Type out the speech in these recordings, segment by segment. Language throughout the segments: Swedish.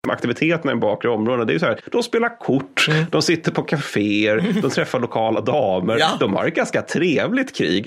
aktiviteterna i bakre områdena, det är ju så här, de spelar kort, de sitter på kaféer, de träffar lokala damer, de har ett ganska trevligt krig.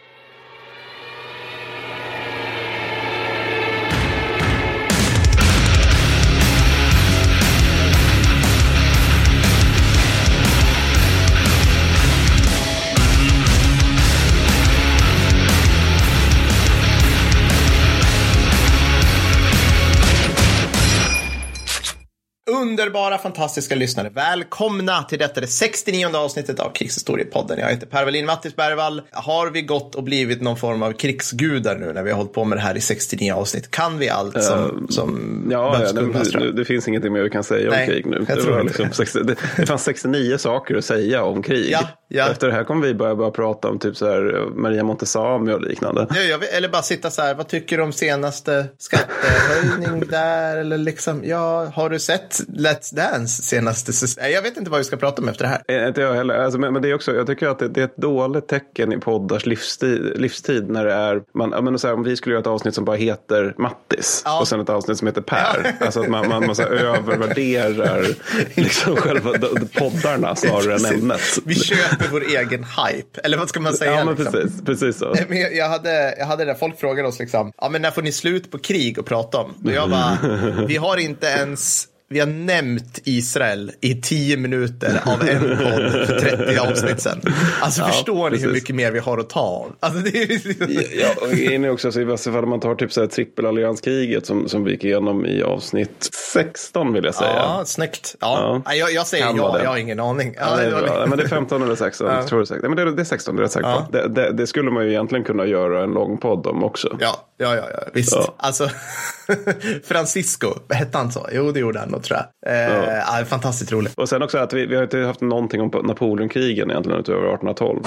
Underbara, fantastiska lyssnare. Välkomna till detta, det 69:e avsnittet av Krigshistoriepodden. Jag heter Per Wallin Mattis Bergvall. Har vi gått och blivit någon form av krigsgudar nu när vi har hållit på med det här i 69 avsnitt? Kan vi allt som det finns ingenting mer vi kan säga om krig nu. Det fanns 69 saker att säga om krig. Ja. Efter det här kommer vi börja prata om typ så här Maria Montesami och liknande. Eller bara sitta så här, vad tycker du om senaste skattehöjning där? Eller liksom, har du sett Let's Dance senaste? Jag vet inte vad vi ska prata om efter det här. Inte jag heller. Alltså, men det är också, jag tycker att det är ett dåligt tecken i poddars livstid när det är, om vi skulle göra ett avsnitt som bara heter Mattis och sen ett avsnitt som heter Per. Alltså att man måste övervärderar liksom själva poddarna snarare än ämnet. Vi köper vår egen hype. Eller vad ska man säga? Ja, men liksom. precis så. Men jag hade där folk frågade oss liksom, men när får ni slut på krig att prata om? Och jag bara, vi har nämnt Israel i 10 minuter av en podd för 30 avsnitt sen. Alltså förstår ni hur mycket mer vi har att ta av? Alltså det är och grejen är också så i vissa fall man tar typ så här trippelallianskriget som vi gick igenom i avsnitt 16 vill jag säga. Ja, snyggt. Ja. Jag säger jag har ingen aning. Men det är 15 eller 16, tror jag säkert. Men det är 16, det är rätt säkert på. Det skulle man ju egentligen kunna göra en lång podd om också. Ja, visst. Ja. Alltså Francisco, hette han så? Jo, det gjorde han nog, tror jag. Fantastiskt roligt. Och sen också att vi har inte haft någonting om Napoleonkrigen egentligen utöver 1812.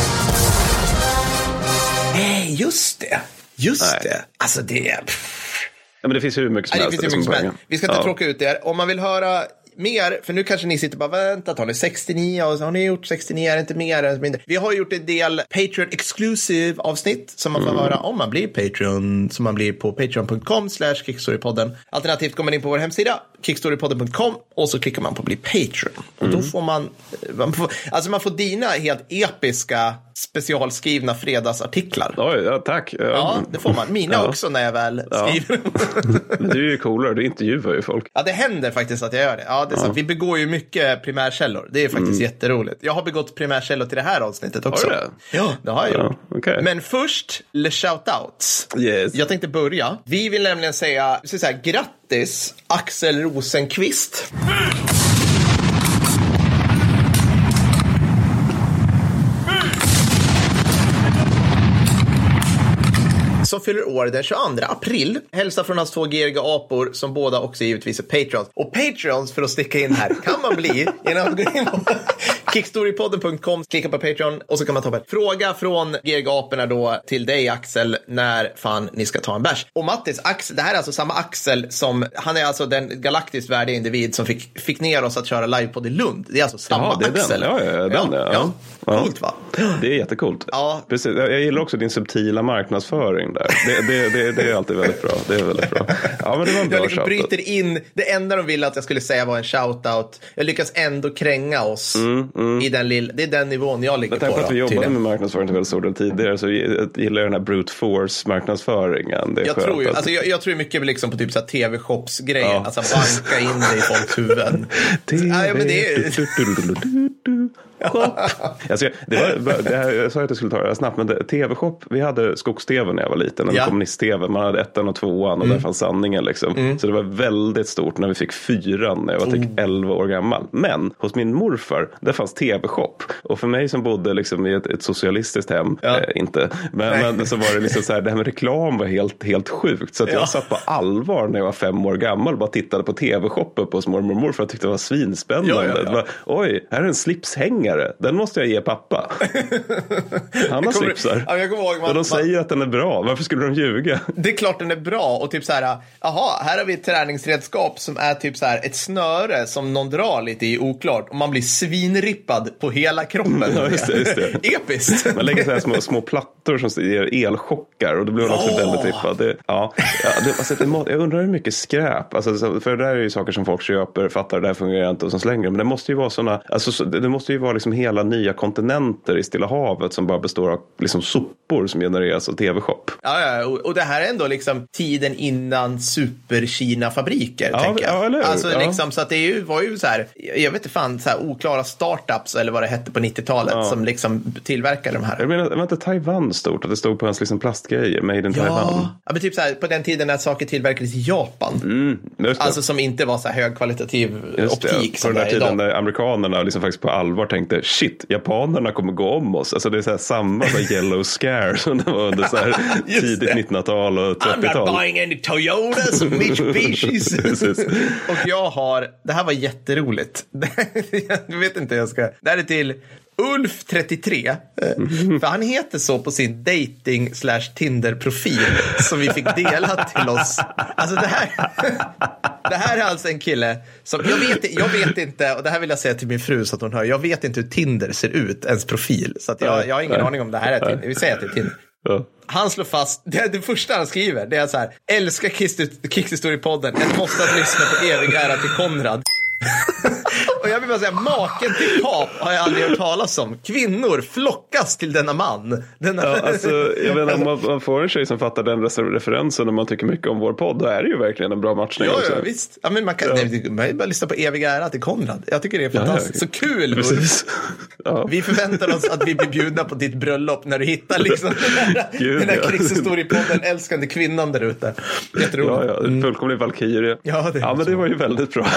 Just det. Alltså det är... Ja, men det finns hur mycket som helst. Vi ska inte tråka ut det. Om man vill höra mer, för nu kanske ni sitter bara vänta, tar ni 69 och så har ni gjort 69, är det inte mer än mindre. Vi har gjort en del Patreon exclusive avsnitt som man får höra om man blir Patreon, som man blir på patreon.com/kickstorypodden. Alternativt går man in på vår hemsida kickstorypodden.com och så klickar man på bli Patreon. Och då får man får dina helt episka specialskrivna fredagsartiklar. Oj, tack. Ja, det får man. Mina också när jag väl skriver. Men du är ju coolare, du intervjuar ju folk. Ja, det händer faktiskt att jag gör det. Ja, det är sant. Vi begår ju mycket primärkällor. Det är faktiskt jätteroligt. Jag har begått primärkällor till det här avsnittet också. Har du det? Ja, det har jag gjort. Okay. Men först, shoutouts. Yes. Jag tänkte börja. Vi vill nämligen säga grattis Axel Rosenqvist. Som fyller år den 22 april. Hälsa från hans 2 geriga apor som båda också givetvis är Patreons. Och Patreons, för att sticka in här, kan man bli genom att gå in på kickstorypodden.com, klicka på Patreon och så kan man ta en fråga från geriga aporna då till dig Axel när fan ni ska ta en bärs. Och Mattis, Axel, det här är alltså samma Axel som, han är alltså den galaktiskt värdiga individ som fick ner oss att köra livepodd i Lund. Det är alltså samma Axel. Ja. Coolt va? Det är jättecoolt. Ja. Precis. Jag gillar också din subtila marknadsföring där. Det är alltid väldigt bra. Det är väldigt bra. Ja, men det var en bra jag liksom bryter in. Det enda de ville att jag skulle säga var en shoutout. Jag lyckas ändå kränga oss i den lilla. Det är den nivån jag ligger på. Jag att vi jobbade med marknadsföring till väldigt stor del tidigare, så jag gillar den här brute force marknadsföringen. Det är tror ju, alltså jag tror mycket liksom på typ så här TV-shops grejer, alltså banka in det i folks huvuden. Men det är alltså, jag sa att jag skulle ta det snabbt, men TV-shop, vi hade Skogs-TV när jag var liten, en kommunist-TV, man hade 1:an och 2:an och där fanns sanningen liksom. Så det var väldigt stort när vi fick 4:an när jag var typ 11 år gammal. Men hos min morfar, där fanns TV-shop, och för mig som bodde liksom i ett socialistiskt hem, inte, men så var det liksom så här, det här med reklam var helt sjukt, så att jag satt på allvar när jag var 5 år gammal, bara tittade på TV-shop på hos mormor och morfar, jag tyckte det var svinspännande. Det var, oj, här är en slipshängare det. Den måste jag ge pappa. Han har slipsar. Ja, jag kommer ihåg, och de säger att den är bra. Varför skulle de ljuga? Det är klart den är bra. Och typ så här, aha, här har vi ett träningsredskap som är typ så här ett snöre som någon drar lite i, oklart. Och man blir svinrippad på hela kroppen. Ja, just det. Episkt. Man lägger så här små plattor som ger elchockar. Och då blir man också väldigt rippad. Jag undrar hur mycket skräp. Alltså, för det där är ju saker som folk köper, fattar det här fungerar inte och som slänger. Men det måste ju vara sådana, alltså, det måste ju vara liksom hela nya kontinenter i Stilla havet som bara består av liksom sopor som genereras av tv-shop. Ja, och det här är ändå liksom tiden innan super-Kina-fabriker, tänker jag. Ja, eller hur? Alltså liksom, så att det var ju så här, jag vet inte fan, så här oklara startups eller vad det hette på 90-talet som liksom tillverkade de här. Jag menar, det var inte Taiwan stort, att det stod på ens liksom plastgrejer, made in Taiwan. Ja, men typ så här, på den tiden när saker tillverkades i Japan. Alltså som inte var så här högkvalitativ optik som på den här tiden idag. när amerikanerna liksom faktiskt på allvar tänkte, shit, japanerna kommer gå om oss. Alltså det är så här samma så här yellow scare som det var under så här tidigt 1900-tal och 30-tal. I'm not buying any Toyotas och Mitsubishis. Och det här var jätteroligt. Jag vet inte hur jag ska. Det här är till Ulf 33, för han heter så på sin dating/Tinder-profil som vi fick dela till oss. Alltså det här är alltså en kille som, jag vet inte, och det här vill jag säga till min fru så att hon hör, jag vet inte hur Tinder ser ut, ens profil, så att jag har ingen aning om det här är Tinder. Vi säger att det är Tinder. Ja. Han slår fast, det första han skriver, det är så här: älskar Kickhistory-podden, ett måste att lyssna på evig ära till Konrad. Och jag vill bara säga, maken till pap har jag aldrig hört talas om. Kvinnor flockas till denna man. Alltså, jag menar, om man får en tjej som fattar den referensen och man tycker mycket om vår podd, då är det ju verkligen en bra matchning. Ja, visst. Ja, men man kan bara lyssna på evig ära till Konrad. Jag tycker det är fantastiskt. Så kul! Precis. Ja. Vi förväntar oss att vi blir bjudna på ditt bröllop när du hittar liksom den här krigshistoriepodden älskande kvinnan där ute. Jätteroligt. Ja, fullkomlig valkyrie. Ja, men det var ju väldigt bra.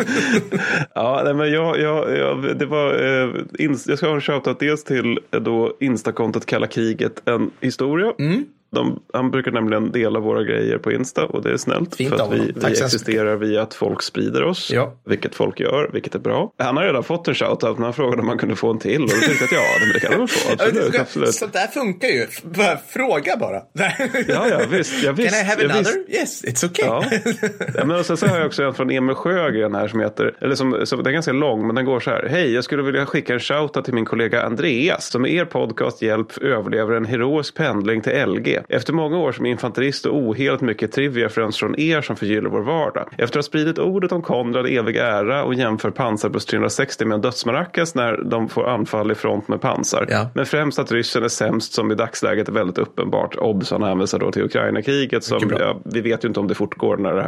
Ja, nej, men det var jag ska ha en shoutout dels till då Instakontot Kalla kriget, en historia. Han brukar nämligen dela våra grejer på Insta, och det är snällt. Fint, för att vi existerar via att folk sprider oss, vilket folk gör, vilket är bra. Han har redan fått en shoutout, men han frågade om man kunde få en till, och då tänkte jag att det kan man få. Absolut. Så det här funkar ju. Fråga bara. Ja, visst. Can I have another? Yes, it's okay. Ja, men och så har jag också en från Emil Sjögren här som heter, eller som den är ganska lång, men den går så här: hej, jag skulle vilja skicka en shoutout till min kollega Andreas, som med er podcast hjälp överlever en heroisk pendling till LG. Efter många år som infanterist och oheligt mycket trivia främst från er som förgyller vår vardag. Efter att ha spridit ordet om Konrad evig ära och jämför pansarbuss 360 med en dödsmaracas när de får anfall i front med pansar. Ja. Men främst att ryssen är sämst, som i dagsläget är väldigt uppenbart. Obson hänvisar då till Ukraina-kriget som vi vet ju inte om det fortgår när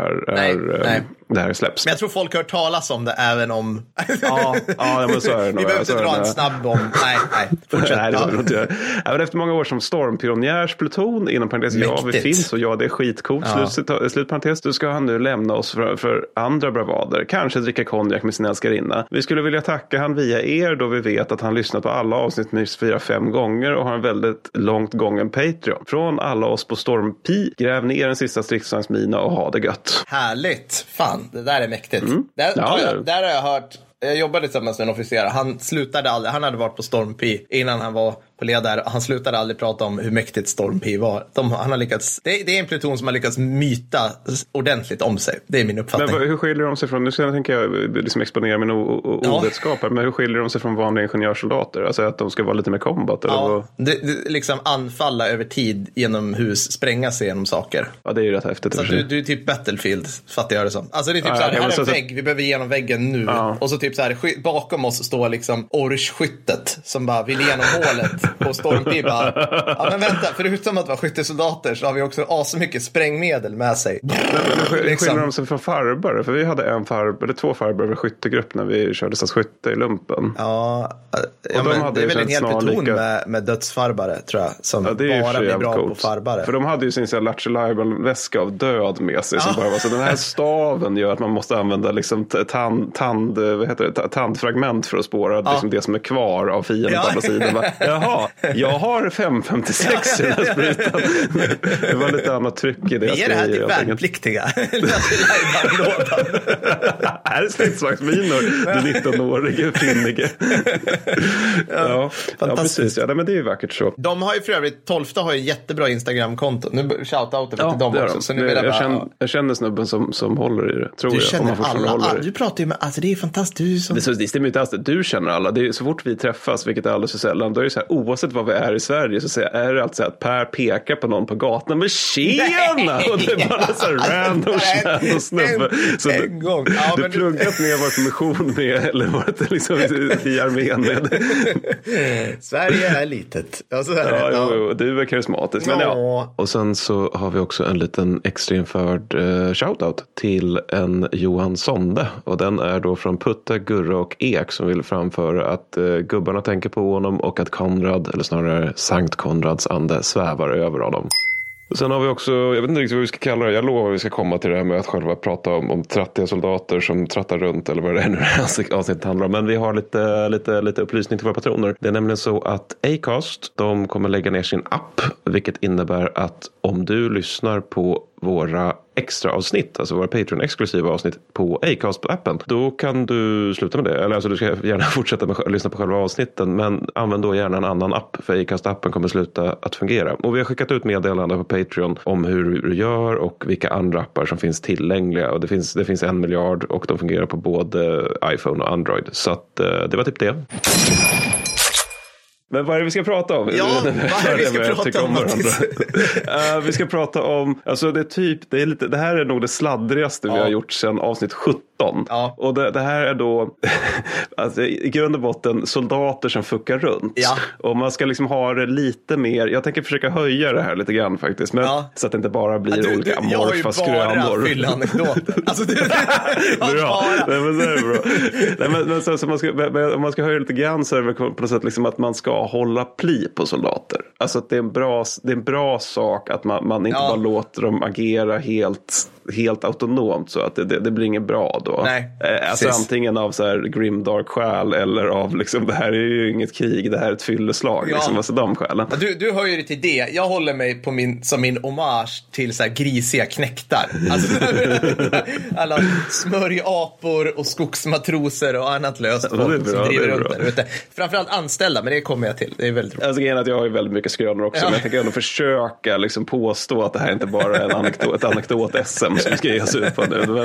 det här släpps. Men jag tror folk hör talas om det även om... ja, men så är det nog. Vi behöver inte dra en snabb om... Nej, fortsätt. Nej, det var inte. Även efter många år som stormpionjärspluton, inom parentes, vi finns, och det är skitcoolt. Slutparentes, då ska han nu lämna oss för andra bravader. Kanske dricka konjak med sin älskarinna. Vi skulle vilja tacka han via er, då vi vet att han lyssnat på alla avsnitt minst 4-5 gånger och har en väldigt långt gången Patreon. Från alla oss på Stormpi, gräv ner den sista stridsvagnsmina och ha det gött. Härligt. Fan, det där är mäktigt. Där har jag hört. Jag jobbade tillsammans med en officer. Han slutade aldrig. Han hade varit på Stormpi innan han var på ledare. Han slutade aldrig prata om hur mäktigt Stormpi var. Han har lyckats. Det är en pluton som har lyckats myta ordentligt om sig. Det är min uppfattning. Men hur skiljer de sig från, nu tänker jag liksom exponera min ovetskap här, men hur skiljer de sig från vanliga ingenjörssoldater? Alltså att de ska vara lite mer combat? Eller det liksom anfalla över tid genom hus, spränga sig genom saker. Ja, det är ju rätt häftigt. Så du är typ Battlefield, fattar jag det som. Alltså det är typ så här, här är en vägg, vi behöver igenom väggen nu. Och så typ så här, bakom oss står liksom Orch-skyttet som bara vill igenom hålet. Och Stormpi bara, men vänta, förutom att vara skyttesoldater så har vi också asmycket sprängmedel med sig. Skiljer de sig från farbar? För vi hade två farbar över skyttegrupp när vi körde skytte i lumpen. Men det är väl en hel pluton med dödsfarbare, tror jag, som bara blir bra på farbare. För de hade ju sin väska av död med sig som bara var så, den här staven gör att man måste använda liksom tandfragment för att spåra liksom det som är kvar av fienden på andra sidan. Jaha, Ja, jag har 5,56 i den här sprutan. Det var lite annat tryck i det. Vi är det här till värnpliktiga. Här är stridsvagnsminor. Du 19-årige finnige. Ja, precis. Ja, men det är ju vackert så. De har ju för övrigt, 12 har ju jättebra Instagram-konto. Nu shout-out till dem också. Så jag känner snubben som håller i det, tror jag. Du känner alla. Du pratar ju med, alltså det är fantastiskt. Det stämmer inte alls. Du känner alla. Det är, så fort vi träffas, vilket är alldeles för sällan, då är det så här, oavsett vad vi är i Sverige, så är det alltid så att Per pekar på någon på gatan. Men tjena! Och det är bara så här random och snubbe. Så en gång. Du pluggat med, varit på mission med, eller varit liksom i armén med. Sverige är litet. Alltså, jo, du är karismatisk. Men ja. Och sen så har vi också en liten extra införd shoutout till en Johan Sonde. Och den är då från Putta, Gurra och Ek, som vill framföra att gubbarna tänker på honom och att Konrad, eller snarare Sankt Konrads ande, svävar över honom. Sen har vi också, jag vet inte riktigt vad vi ska kalla det, jag lovar att vi ska komma till det här med att själva prata om trattiga soldater som trattar runt, eller vad det är nu avsnittet handlar om. Men vi har lite upplysning till våra patroner. Det är nämligen så att Acast, de kommer lägga ner sin app, vilket innebär att om du lyssnar på våra extra avsnitt, alltså våra Patreon-exklusiva avsnitt på Acast-appen, då kan du sluta med det. Eller alltså du ska gärna fortsätta med att lyssna på själva avsnitten, men använd då gärna en annan app, för Acast-appen kommer sluta att fungera. Och vi har skickat ut meddelanden på Patreon om hur du gör och vilka andra appar som finns tillgängliga. Och det finns 1 miljard och de fungerar på både iPhone och Android. Så att det var typ det. Men vad är det vi ska prata om? Ja, vad är det vi ska prata om? Vi ska prata om, alltså det här är nog det sladdrigaste vi har gjort sedan avsnitt 17. Ja. Och det här är då alltså, i grund och botten soldater som fuckar runt. Ja. Och man ska liksom ha det lite mer, jag tänker försöka höja det här lite grann faktiskt, men så att det inte bara blir olika amorfa skrönor. Jag har ju bara fyllanekdoter. Alltså bra. Nej, men det är bra. Nej, men så om man ska höja lite grann, så är det på något sätt liksom att man ska hålla pli på soldater. Alltså att det är en bra sak att man inte bara låter dem agera helt autonomt, så att det blir inget bra då. Nej, alltså antingen av så här grimdark skäl, eller av liksom, det här är ju inget krig, det här är ett fylleslag, liksom, alltså de skälen. Du hör ju det till det. Jag håller mig på som min hommage till så här grisiga knäktar. Alltså, alla smörjapor och skogsmatroser och annat löst folk som driver runt där. Framförallt anställda, men det kommer jag till. Det är väldigt roligt. Alltså grejen är att jag har ju väldigt mycket skrönor också, men jag tänker ändå försöka liksom påstå att det här inte bara är ett anekdot-SM som vi ska ge oss ut på nu.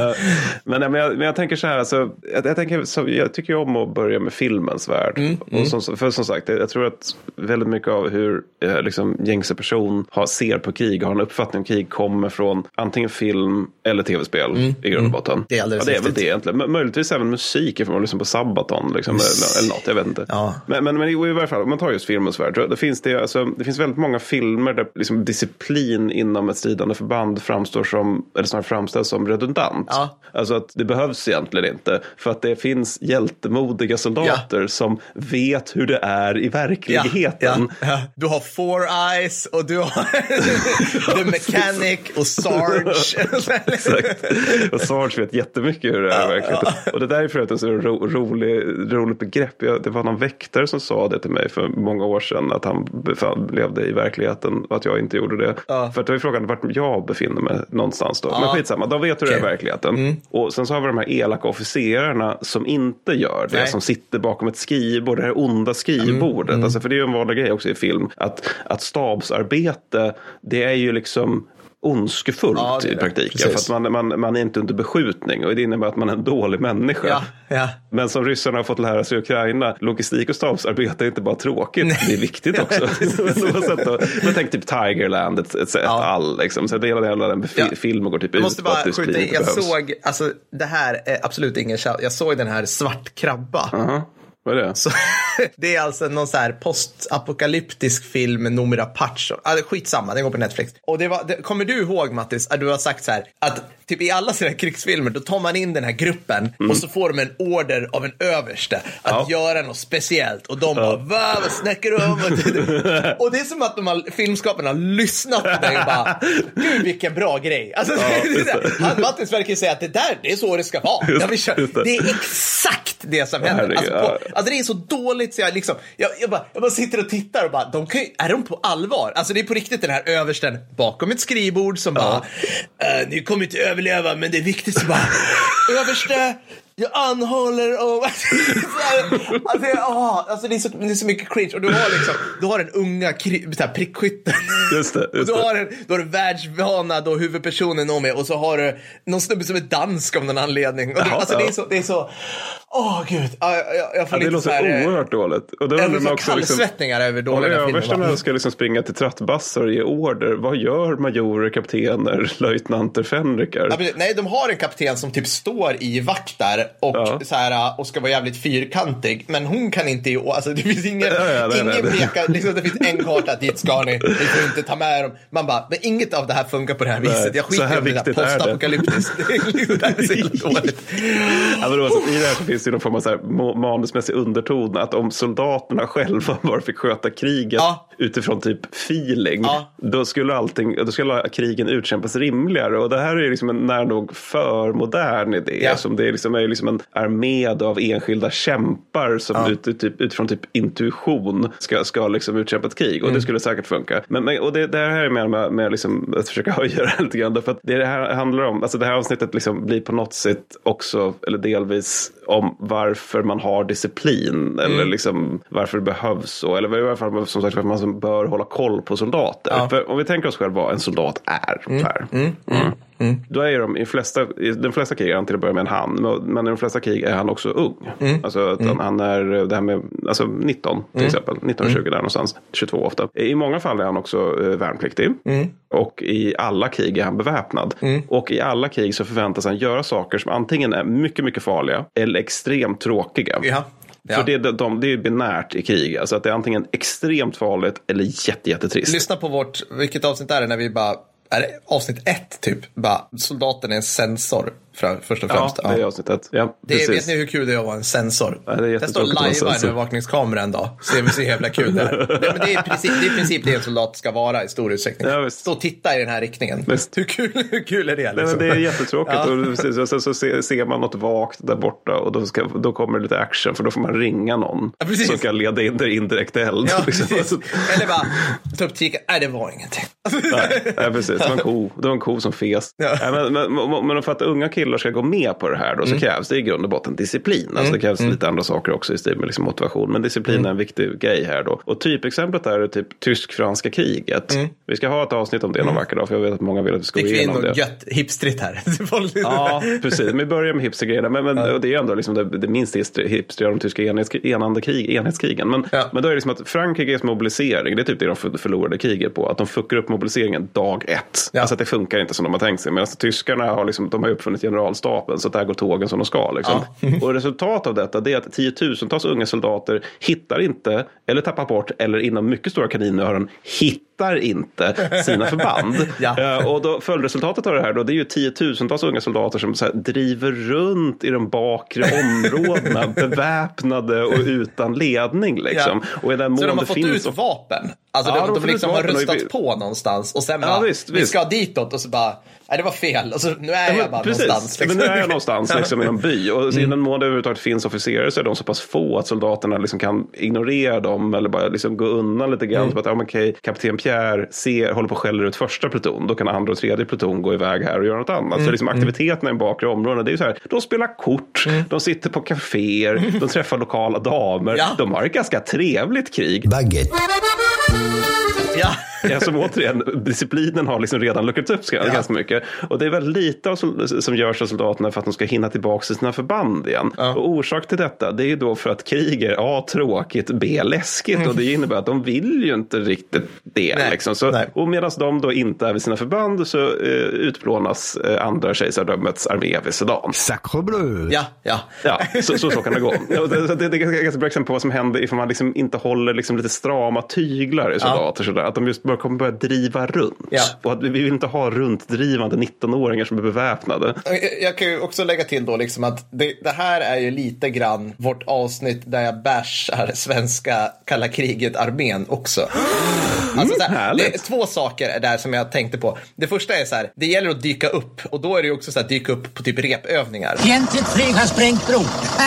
Men jag tänker så här, alltså, jag tycker om att börja med filmens värld. Och för som sagt, jag tror att väldigt mycket av hur liksom, gängse person ser på krig, har en uppfattning om krig, kommer från antingen film eller tv-spel i grund och botten. Det är alldeles det är väl det egentligen. Möjligtvis även musik, ifrån man lyssnar på Sabaton liksom, eller något, jag vet inte. Ja. Men i varje fall, om man tar just filmens värld, det finns väldigt många filmer där liksom, disciplin inom ett stridande förband framställs som redundant. Ja. Alltså att det behövs egentligen inte, för att det finns hjältemodiga soldater som vet hur det är i verkligheten. Ja. Du har Four Eyes och du har The Mechanic och Sarge. Exakt. Och Sarge vet jättemycket hur det är i verkligheten. Och det där är för att det är så roligt begrepp. Det var någon väktare som sa det till mig för många år sedan, att han levde i verkligheten och att jag inte gjorde det. För att det var frågan vart jag befinner mig någonstans då. Men skitsamma, de vet hur det är i verkligheten. Och sen så har vi de här elaka officerarna som inte gör det. Som sitter bakom ett skrivbord, det här onda skrivbordet. Alltså, för det är ju en vanlig grej också i film. Att stabsarbete, det är ju liksom ondskefullt i praktiken. Precis. För att man är inte under beskjutning, och det innebär att man är en dålig människa. Ja. Men som ryssarna har fått lära sig i Ukraina, logistik och stabsarbete är inte bara tråkigt, det är viktigt också. Men tänk typ Tigerland, ett all liksom. Så hela den filmen går typ ut. Måste bara skjuta in. Jag såg, alltså det här är absolut ingen shout. Jag såg den här Svart krabba. Vad är det? Så, det är alltså någon så här postapokalyptisk film med Noomi Rapace. Skitsamma, den går på Netflix. Och kommer du ihåg, Mattis, att du har sagt så här, att typ i alla sådana här krigsfilmer, då tar man in den här gruppen och så får de en order av en överste att göra något speciellt. Och de bara, vad snackar du om? Och det är som att filmskaparna har lyssnat på dig och bara, gud vilken bra grej. Alltså, Mattis verkar säga att det är så det ska vara. Det är exakt det som händer. Alltså det är så dåligt så jag bara sitter och tittar och bara, är de på allvar? Alltså det är på riktigt den här översten bakom ett skrivbord som bara, ni kommer inte överleva, men det är viktigt så bara, överste, jag anhåller och alltså det är så mycket cringe. Och du har den unga prickskytten. Just det. Och du har världsvana då huvudpersonen med, och så har du någon snubbe som är dansk av någon anledning. Och det är så gud. Jag får lite det låter oerhört dåligt. Och det är också kallsvettningar över dåliga filmer. Överstarna ska liksom springa till trattbassar och ge order. Vad gör majorer, kaptener, löjtnanter, fänrikar? Nej, de har en kapten som typ står i vakt där och och ska vara jävligt fyrkantig, men hon kan inte, alltså det finns ingen pekar, liksom det finns en karta, dit ska ni får inte ta med dem. Man bara, men inget av det här funkar på det här viset. Jag skiter i det där postapokalyptiskt. Det är så dåligt. I det här så finns det någon form av så här manusmässig underton att om soldaterna själva bara fick sköta kriget utifrån typ feeling, då skulle krigen utkämpas rimligare, och det här är liksom en nära nog för modern idé som det är liksom en armé av enskilda kämpar som utifrån typ intuition ska liksom utkämpa ett krig, och det skulle säkert funka. Och det här är med liksom att försöka höja det lite grann, för att det här handlar om, alltså det här avsnittet liksom blir på något sätt också, eller delvis, om varför man har disciplin, eller liksom varför det behövs så, eller i alla fall som sagt varför man bör hålla koll på soldater. För om vi tänker oss själva vad en soldat är då är de flesta krig är han till att börja med en han, men i de flesta krig är han också ung. Alltså att han är det här med 19 till exempel, 19-20 där någonstans, 22 ofta. I många fall är han också värnpliktig, och i alla krig är han beväpnad, och i alla krig så förväntas han göra saker som antingen är mycket, mycket farliga eller extremt tråkiga. För det är binärt i krig, alltså att det är antingen extremt farligt eller jättetrist. Lyssna på vilket avsnitt är det när vi bara, är det avsnitt 1 typ, bara soldaten är en sensor först och främst. Ja, det är avsnittet. Ja, vet ni hur kul det är att vara en sensor? Ja, det står live en övervakningskamera en dag. Så jävla kul det är. Men det är i princip det en soldat ska vara i stor utsträckning. Ja, stå och titta i den här riktningen. Hur kul är det? Liksom? Nej, men det är jättetråkigt. Och så ser man något vakt där borta, och då kommer det lite action, för då får man ringa någon som kan leda in det indirekt eld. Ja, liksom. Eller bara ta upp tiken. Nej, det var ingenting. Nej, precis. Det var en ko som fes. Ja. Men för att unga killar ska gå med på det här då, så krävs det i grund och botten disciplin. Alltså det krävs lite andra saker också i stil med liksom motivation, men disciplin är en viktig grej här då. Och typexemplet är typ tysk-franska kriget. Vi ska ha ett avsnitt om det någon vacker dag, för jag vet att många vill att vi ska gå igenom det. Det är gött hipstrigt här. Ja, precis. Men vi börjar med hipstergrejerna, men och det är ändå liksom det minst hipster av de tyska enhetskrigen. Men då är det liksom att Frankrikes mobilisering, det är typ det de förlorade kriget på, att de fuckar upp mobiliseringen dag 1. Alltså att det funkar inte som de har tänkt sig, medan tyskarna har liksom, de har uppfunnit generalstaben, så att där går tågen som de ska liksom. Och resultat av detta, det är att tiotusentals unga soldater hittar inte, eller tappar bort, eller inom mycket stora kaninöron hittar inte sina förband. Och då följdresultatet av det här då, det är ju tiotusentals unga soldater som så här driver runt i de bakre områdena beväpnade och utan ledning liksom. Och i den mån så de har det fått finns ut vapen? Alltså de liksom har rustat på någonstans, och sen bara, vi ska ditåt, och så bara, nej, det var fel. Alltså, nu är jag bara någonstans. Liksom. Men nu är jag någonstans liksom, i en by. Och i den mån det överhuvudtaget finns officerare, så är de så pass få att soldaterna liksom kan ignorera dem, eller bara liksom gå undan lite grann. Så att kapten Pierre håller på att skälla ut första pluton. Då kan andra och tredje pluton gå iväg här och göra något annat. Så liksom aktiviteterna i bakre områden, det är ju så här, de spelar kort, de sitter på kaféer, de träffar lokala damer. De har ett ganska trevligt krig. Baguette. Som återigen, disciplinen har liksom redan luckrats upp ganska mycket. Och det är väl lite som görs av soldaterna för att de ska hinna tillbaka till sina förband igen. Och orsak till detta, det är ju då för att krig är A, tråkigt, B, läskigt. Och det innebär att de vill ju inte riktigt det. Liksom. Och medan de då inte är vid sina förband, så utplånas andra kejsardömets armé vid Sedan. Sacre bleu! Så kan det gå. Det är ganska bra exempel på vad som händer ifall man liksom inte håller liksom lite strama tyglar i soldater. Sådär. Att de just bara kommer börja driva runt. Ja. Och att vi vill inte ha runtdrivande 19-åringar som är beväpnade. Jag kan ju också lägga till då liksom att det här är ju lite grann vårt avsnitt där jag bashar svenska kalla kriget-armén också. Alltså så här, det är 2 saker där som jag tänkte på. Det första är så här, det gäller att dyka upp. Och då är det ju också så här, dyka upp på typ repövningar. Fientligt flyg har sprängt bron.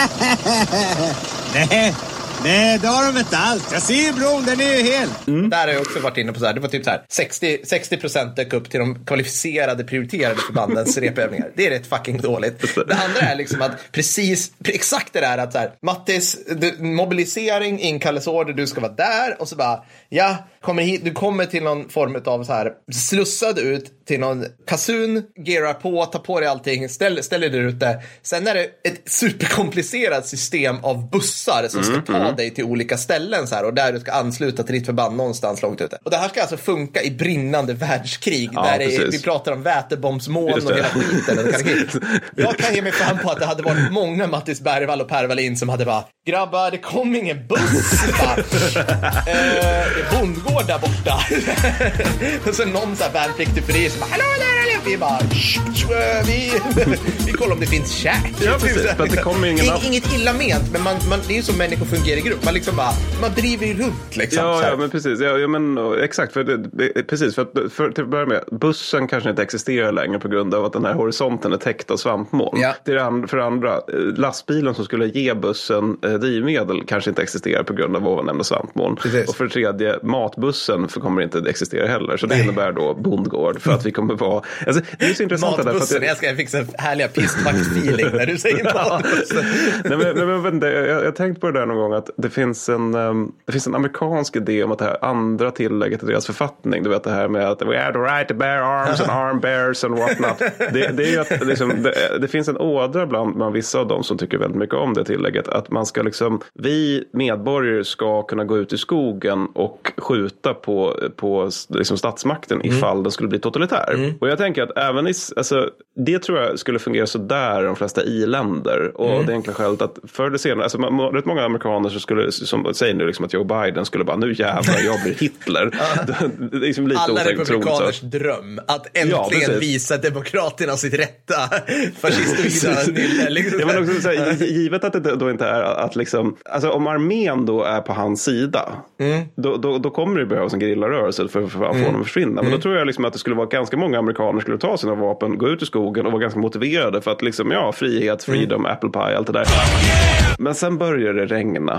Nej, det har de inte alls. Jag ser bron, den är ju hel. Där har jag också varit inne på så här. Det var typ så här 60% dök upp till de kvalificerade prioriterade förbandens repövningar. Det är rätt fucking dåligt. Det andra är liksom att exakt det där att så här, Mattis, mobilisering, inkallelseorder, du ska vara där. Och så bara, ja, kommer hit, du kommer till någon form av så här slussad ut till någon kasun, geara på, ta på dig allting, ställ dig där ute. Sen är det ett superkomplicerat system av bussar som ska ta dig till olika ställen så här, och där du ska ansluta till ditt förband någonstans långt ute. Och det här ska alltså funka i brinnande världskrig där vi pratar om vätebombsmål och hela skiten. Jag kan ge mig fram på att det hade varit många Mattis Bergvall och Per Wallin som hade bara, grabbar, det kom ingen buss. Det är bondgård där borta. Och så någon så här värnpliktig för det som bara, hallå där, vi bara, vi kollar om det finns käk. Ja, precis, för att det kommer inget illa ment, men man, det är ju som människor fungerar i grupp. Man liksom bara, man driver ju runt liksom. Ja, men precis. Ja, men exakt, precis, för till att börja med, bussen kanske inte existerar längre på grund av att den här horisonten är täckt av svampmoln. Ja. För andra, lastbilen som skulle ge bussen drivmedel kanske inte existerar på grund av ovannämnda svampmoln. Precis. Och för tredje, matbussen kommer inte existera heller. Så det innebär då bondgård för att vi kommer vara... Alltså, det är så intressant matbussen, att jag ska fixa en härliga pistvakt-feeling när du säger matbussen. Jag har tänkt på det där någon gång att det finns en amerikansk idé om att det här andra tillägget i deras författning, du vet det här med att we had the right to bear arms and arm bears and whatnot. Det är ju att liksom, det finns en ådra bland vissa av dem som tycker väldigt mycket om det tillägget, att man ska liksom, vi medborgare ska kunna gå ut i skogen och skjuta på liksom statsmakten ifall den skulle bli totalitär. Och jag tänker att även alltså, det tror jag skulle fungera så där i de flesta i-länder. Och det enkla skälet att förr eller senare, alltså rätt många amerikaner som säger nu liksom att Joe Biden skulle bara, nu jävlar, jag blir Hitler. Det är liksom lite alla republikaners dröm att äntligen visa demokraterna sitt rätta fascistoida nylle. Ja, men också så här, givet att det då inte är att liksom, alltså om armén då är på hans sida, då kommer det behövas en gerillarörelse för att få honom att försvinna. Men då tror jag liksom att det skulle vara ganska många amerikaner skulle ta sina vapen, gå ut i skogen och vara ganska motiverade för att liksom, frihet, freedom, apple pie, allt det där. Men sen börjar det regna.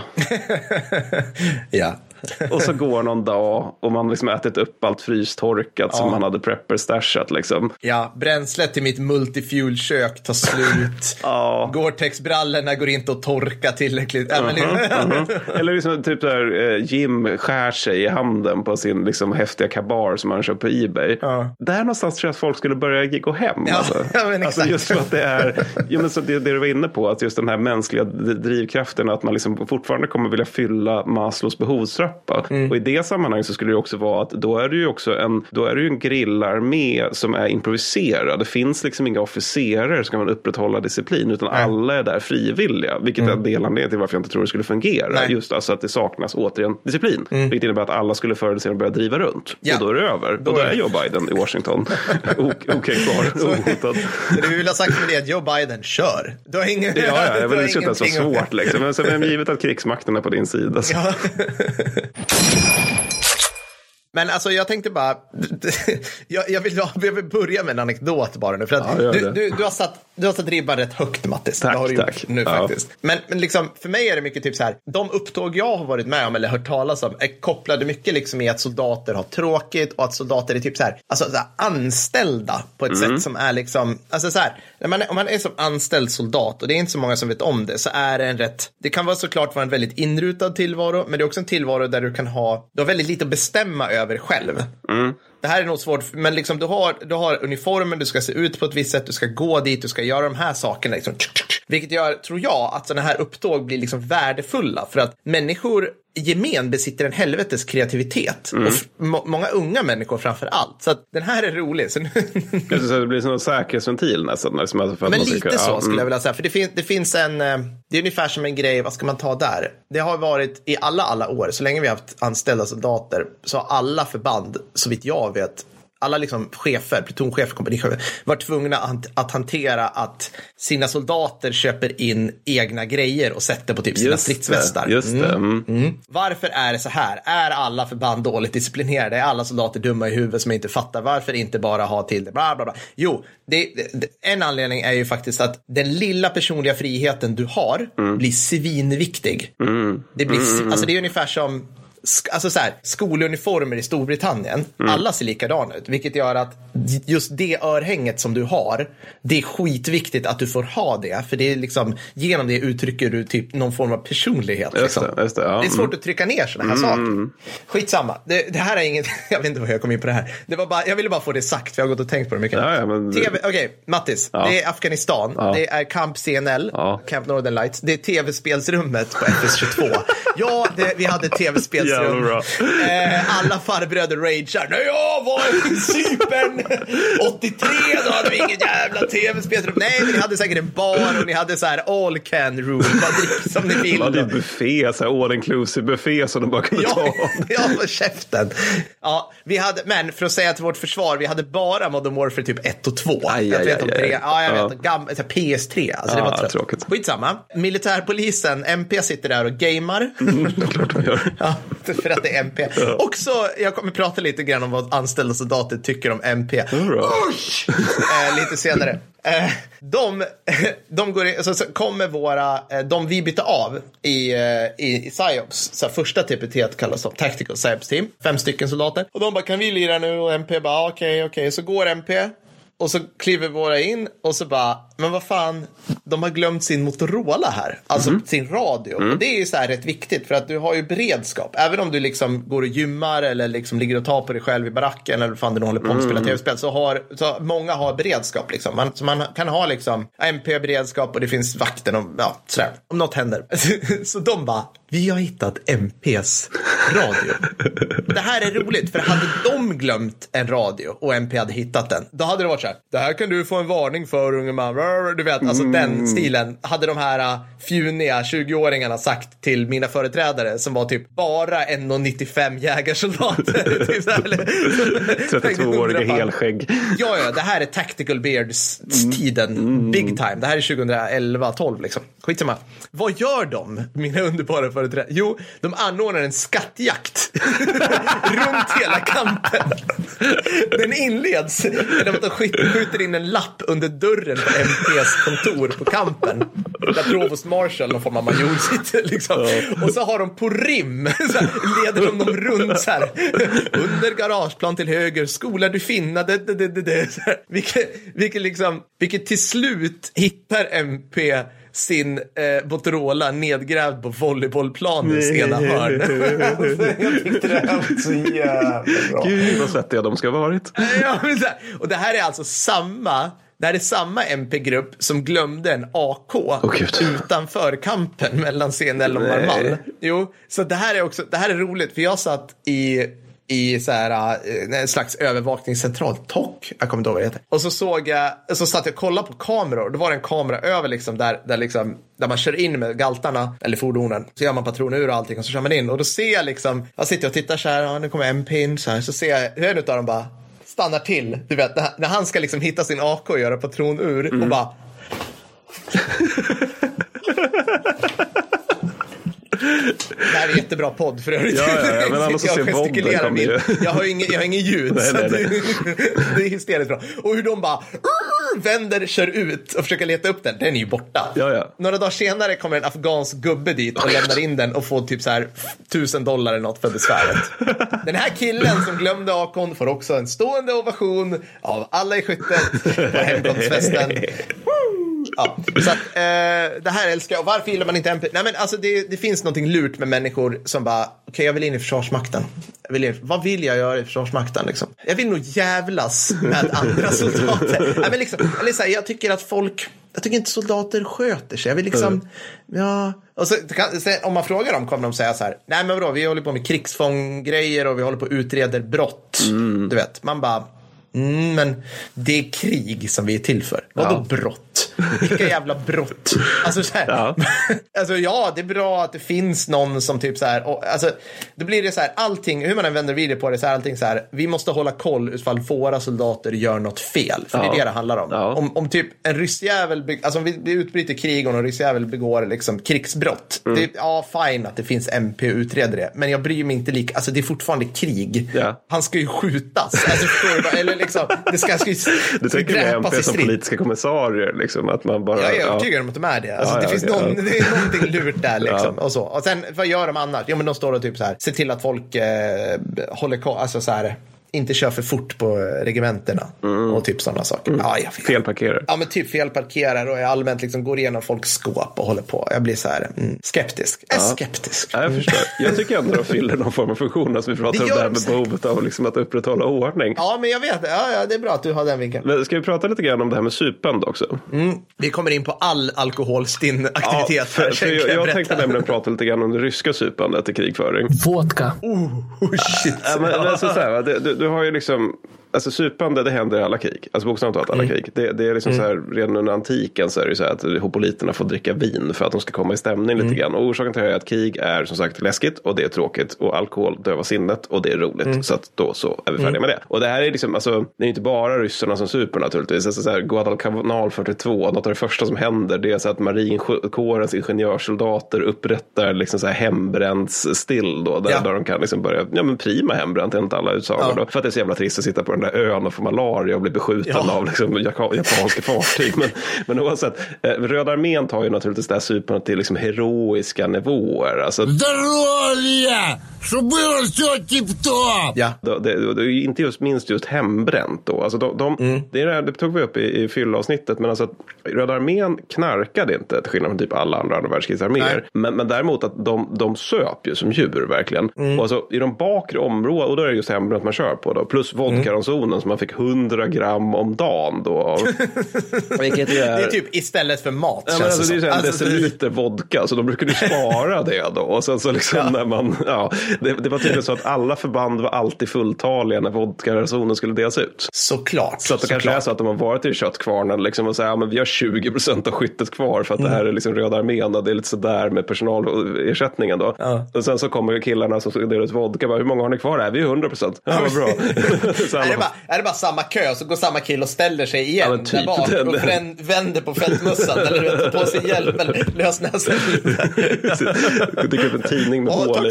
Ja. Och så går någon dag och man liksom ätit upp allt frystorkat som man hade prepper-stashat liksom. Ja, bränslet till mitt multifuel-kök tar slut. Gore-Tex-brallorna går inte att torka tillräckligt. Eller liksom typ där Jim skär sig i handen på sin liksom häftiga kabar som han köpt på eBay. Där någonstans tror jag att folk skulle börja gå hem. Alltså just för att det är men så det du var inne på, att just den här mänskliga drivkraften, att man liksom fortfarande kommer vilja fylla Maslows behovstrappa. Och i det sammanhanget så skulle det också vara att då är det ju också en grillarmé som är improviserad. Det finns liksom inga officerare som kan upprätthålla disciplin, utan alla är där frivilliga, vilket är en del anledning till varför jag inte tror det skulle fungera. Just alltså att det saknas återigen disciplin. Vilket innebär att alla skulle förr eller senare börja driva runt. Och då är det över. Och då är Joe Biden i Washington. Okej, kvar. Ohotad. Det vi vill ha sagt med det är att Joe Biden kör. Du har ingen... jag vill inte så svårt liksom. Men givet att krigsmakten är på din sida. Så. Ja. Men alltså jag tänkte bara jag vill börja med en anekdot bara nu, för att du har satt ribban rätt högt, Mattis. Tack. Nu faktiskt. Men liksom för mig är det mycket typ så här, de upptåg jag har varit med om eller hört talas om är kopplade mycket liksom i att soldater har tråkigt och att soldater är typ så här, alltså så här, anställda på ett sätt som är liksom, alltså så här, om man är som anställd soldat, och det är inte så många som vet om det, så är det kan vara såklart vara en väldigt inrutad tillvaro, men det är också en tillvaro där du har väldigt lite att bestämma över själv. Det här är nog svårt, men liksom du har uniformen, du ska se ut på ett visst sätt, du ska gå dit, du ska göra de här sakerna liksom. Vilket gör, tror jag, att sådana här upptåg blir liksom värdefulla för att människor gemen besitter en helvetes kreativitet. Och många unga människor framför allt. Så att den här är rolig. Så det blir som en säkerhetsventil nästan. Men lite så skulle jag vilja säga. För det finns en... Det är ungefär som en grej, vad ska man ta där? Det har varit i alla år, så länge vi har haft anställda soldater, så har alla förband, så vitt jag vet, alla liksom chefer, plutonchefer, kompanichefer var tvungna att hantera att sina soldater köper in egna grejer och sätter på typ sina stridsvästar. Just det. Varför är det så här? Är alla förband dåligt disciplinerade? Är alla soldater dumma i huvudet som inte fattar? Varför inte bara ha till det? Bla, bla, bla. Jo, en anledning är ju faktiskt att den lilla personliga friheten du har blir svinviktig. Det blir, alltså det är ungefär som alltså så här, skoluniformer i Storbritannien, alla ser likadana ut, vilket gör att just det örhänget som du har, det är skitviktigt att du får ha det, för det är liksom, genom det uttrycker du typ någon form av personlighet liksom. Just det, ja. Det är svårt att trycka ner sådana här saker. Skitsamma, det här är inget jag vet inte vad jag kom in på det här. Det var bara, jag ville bara få det sagt, för jag har gått och tänkt på det mycket. Okej, Mattis, det är Afghanistan, det är Camp CNL, Camp Northern Lights, det är tv-spelsrummet på FS22. Ja, vi hade tv-spelsrum. Alla farbröder ragear. När jag var i Cypern 83, då hade vi ingen jävla tv-spelsrum. Nej, men ni hade säkert en bar och ni hade så här all can room. Vad drick som ni vill. Det är buffé, så här all inclusive buffé som de bara kan ta. Ja, för käften. Ja, vi hade, men för att säga till vårt försvar, vi hade bara Modern Warfare typ 1 och 2. Jag vet om 3. Ja, jag vet. PS3. Alltså det var tråkigt. Skitsamma. Militärpolisen, MP sitter där och gamer. Klart de gör. Ja, för att det är MP. Också, jag kommer prata lite grann om vad anställda soldater tycker om MP. Lite senare. De går in, så kommer de vi byter av i PsyOps, så första TPT kallas som Tactical PsyOps Team, 5 stycken soldater, och de bara, kan vi lira nu? Och MP bara, okej. Så går MP och så kliver våra in och så bara, men vad fan, de har glömt sin Motorola här, alltså sin radio. Och det är ju så här rätt viktigt, för att du har ju beredskap. Även om du liksom går och gymmar eller liksom ligger och tar på dig själv i baracken eller fan du håller på att spela tv-spel, så många har beredskap liksom. Så man kan ha liksom MP-beredskap och det finns vakten om, sådär, om något händer. Så de bara, vi har hittat MPs radio. Det här är roligt, för hade de glömt en radio och MP hade hittat den, då hade det varit så här, det här kan du få en varning för, unge man. Du vet, alltså den stilen hade de här fjuniga 20-åringarna sagt till mina företrädare, som var typ bara 1,95 jägarsoldater. Typ 32-åriga helskägg. Ja, det här är Tactical Beards-tiden. Big time. Det här är 2011-12 liksom. Skitsamma. Vad gör de, mina underbara företrädare? Jo, de anordnar en skattjakt runt hela kampen. Den inleds med att de skjuter in en lapp under dörren på MPs kontor på kampen, där Provost Marshall, någon form av major, sitter liksom. Och så har de på rim så här, leder de dem runt så här, under garageplan till höger, skola du finna vilket till slut hittar MP sin Motorola nedgrävd på volleybollplanens ena hörn. Jag tyckte det här var så jävla bra. Gud, vad svettiga de ska ha varit. Ja, men så här, och det här är alltså samma MP-grupp som glömde en AK utanför kampen mellan CNL och Marmal. Jo, så det här är roligt, för jag satt i så här en slags övervakningscentral, TOC, jag kommer inte ihåg vad det heter. Och så satt jag och kollade på kameror. Det var en kamera över liksom där man kör in med galtarna eller fordonen. Så gör man patron ur och allting och så kör man in. Och då ser jag liksom, jag sitter och tittar så här, nu kommer MP in så här, så ser jag hur en av dem bara stannar till, du vet, när han ska liksom hitta sin AK och göra patron ur och bara det här är jättebra podd för övrigt. Ja, men alla som ser vodden kommer ju. Jag har ingen ljud. Nej. Det är hysteriskt bra. Och hur de bara vänder, kör ut och försöker leta upp den. Den är ju borta. Ja. Några dagar senare kommer en afghansk gubbe dit och lämnar in den och får typ så här $1,000 eller något för besväret. Den här killen som glömde Akon får också en stående ovation av alla i skyttet på hemkomstfesten. Ja, så att, det här älskar jag. Och varför gillar man inte MP? Nej, men alltså det finns någonting lurt med människor som bara, okej, jag vill in i Försvarsmakten. Vad vill jag göra i Försvarsmakten liksom? Jag vill nog jävlas med andra soldater. Nej, men liksom, eller så här, jag tycker att folk jag tycker inte soldater sköter sig. Jag vill liksom, ja. Och så, om man frågar dem kommer de säga så här, nej men vadå, vi håller på med krigsfånggrejer och vi håller på att utreda brott. Du vet, man bara, men det är krig som vi är till för. Vadå brott? Vilka jävla brott? Alltså så här, alltså det är bra att det finns någon som typ så här, och, alltså då blir det så här, allting, hur man än vänder vidare på det, så här, allting så här, vi måste hålla koll ifall våra soldater gör något fel, för det är det handlar om. Om typ en ryssjävel, alltså om vi utbryter krig och en ryssjävel begår liksom krigsbrott, det, fine att det finns MP utreder det, men jag bryr mig inte lika, alltså det är fortfarande krig. Han ska ju skjutas, alltså förstår du, eller liksom, det ska du tänker med MP som politiska kommissarier liksom, att man bara... Jag är övertygad om att de är det. Alltså, det finns det är någonting lurt där liksom. Och så. Och sen, vad gör de annars? Jo, men de står och typ så här, se till att folk håller koll, alltså så här, inte kör för fort på regementerna och typ sådana saker. Felparkerar. Ja, men typ felparkerar och allmänt liksom går igenom folks skåp och håller på. Jag blir så här skeptisk. Skeptisk. Ja, jag förstår. Jag tycker ändå de fyller någon form av funktion. Alltså vi pratar om det här med behovet av liksom att upprätthålla ordning. Ja, men jag vet. Ja, det är bra att du har den vinkeln. Men ska vi prata lite grann om det här med supande också? Vi kommer in på all alkoholstinn aktivitet. För jag tänkte nämligen prata lite grann om det ryska supandet i krigföring. Vodka. Shit. Men så här, du har ju liksom, alltså supande, det händer i alla krig. Alltså bokstavligt talat alla krig. Det är liksom så här, redan under antiken så är det så här att hopoliterna får dricka vin för att de ska komma i stämning lite grann. Och orsaken till det är att krig är som sagt läskigt och det är tråkigt. Och alkohol dövar sinnet och det är roligt. Så att då så är vi färdiga med det. Och det här är liksom, alltså, det är inte bara ryssarna som super naturligtvis. Alltså så här, Guadalcanal 42, något av det första som händer, det är så att marinkårens ingenjörssoldater upprättar liksom så här hembräntsstill då. Där de kan liksom börja, prima hembränt enligt alla utsagor då. För att det är så jävla trist att sitta på den där ön och få malaria och bli beskjuten av liksom japanska fartyg. Men oavsett, Röda armén tar ju naturligtvis det här supandet till liksom heroiska nivåer. Alltså, det är inte just minst just hembränt då. Alltså det tog vi upp i fyllavsnittet, men alltså Röda armén knarkade inte till skillnad från typ alla andra världskrigsarméer. Men däremot att de söp ju som djur verkligen. Och alltså i de bakre områdena, och då är det just hembränt man kör på då, plus vodkaransonen som man fick 100 gram om dagen då. Vilket det är typ istället för mat. Ja, men alltså, det är en deciliter vodka, så de brukade ju spara det då. Och sen så liksom när man, det var tydligen så att alla förband var alltid fulltaliga när vodkaransonen skulle delas ut. Såklart. Så att det kanske är så att de har varit i köttkvarnen liksom och säger, men vi har 20% av skyttet kvar för att det här är liksom Röda armén och det är lite sådär med personalersättningen då. Och sen så kommer killarna som delar ut vodka, bara, hur många har ni kvar? Vi är 100%. Ja, vad bra. Är det bara samma kö, så går samma kill och ställer sig igen typ där bak och vänder på fältmussan eller på sin hjälp eller lösnäsen. Det är en tidning med hål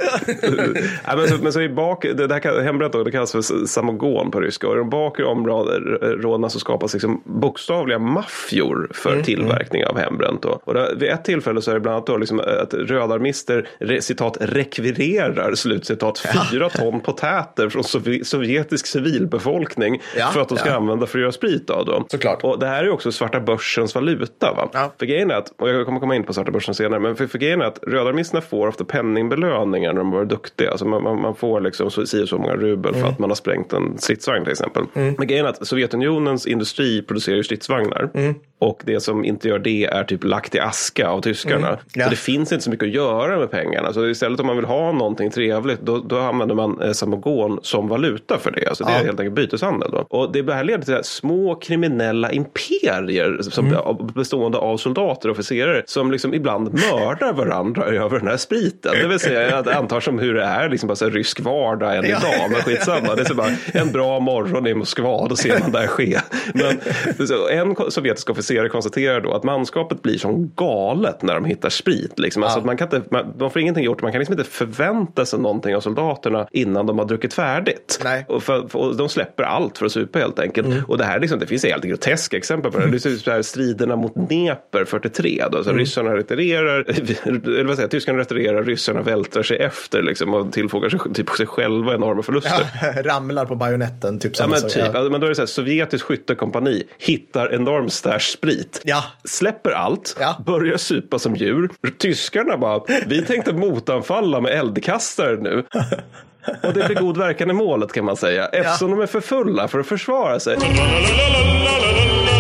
i. Men så i bak, det här hembränt då, det kallas för samogon på ryska, och i de bakre områdena så skapas liksom bokstavliga maffior för tillverkning av hembränt då. Och vid ett tillfälle så är det bland annat då liksom att rödarmister citat rekvirerar slutcitat 4 ton potäter från sovjetisk civilbefolkning för att de ska använda för att göra sprit av dem. Såklart. Och det här är ju också svarta börsens valuta va? Ja. För grejen är att, och jag kommer komma in på svarta börsen senare, men för grejen är att rödarmisterna får ofta penningbelöningar när de var duktiga. Alltså man får liksom så många rubel för att man har sprängt en stridsvagn till exempel. Men grejen är att Sovjetunionens industri producerar ju stridsvagnar. Och det som inte gör det är typ lagt i aska av tyskarna. Så det finns inte så mycket att göra med pengarna. Så istället om man vill ha någonting trevligt, då använder man samogon som valuta för det. Alltså det är helt enkelt byteshandel då. Och det här leder till små kriminella imperier som bestående av soldater och officerare som liksom ibland mördar varandra över den här spriten. Det vill säga att jag antar som hur det är liksom bara så rysk vardag än idag. Men skitsamma. Det är så bara en bra morgon i Moskva, då ser man där ske. Men en sovjetisk officer konstaterar då att manskapet blir som galet när de hittar sprit. Liksom. Alltså att man kan inte, de får ingenting gjort. Man kan liksom inte förvänta sig någonting av soldaterna innan de har druckit färdigt. Nej. Och de släpper allt för att supa helt enkelt. Och det här liksom, det finns helt groteska exempel på det. Det är så här striderna mot Dnepr 43 då. Så ryssarna retirerar, eller vad säger, tyskarna retirerar, ryssarna vältrar sig efter liksom, och tillfogar sig själva enorma förluster. Ramlar på bajonetten typ. Ja, men typ. Alltså, men då är det så här, sovjetisk skyttekompani hittar enorm stash sprit. Släpper allt, börjar supa som djur. Tyskarna bara, vi tänkte motanfalla med eldkastare nu. Och det blir god verkan i målet kan man säga. Eftersom de är för fulla för att försvara sig.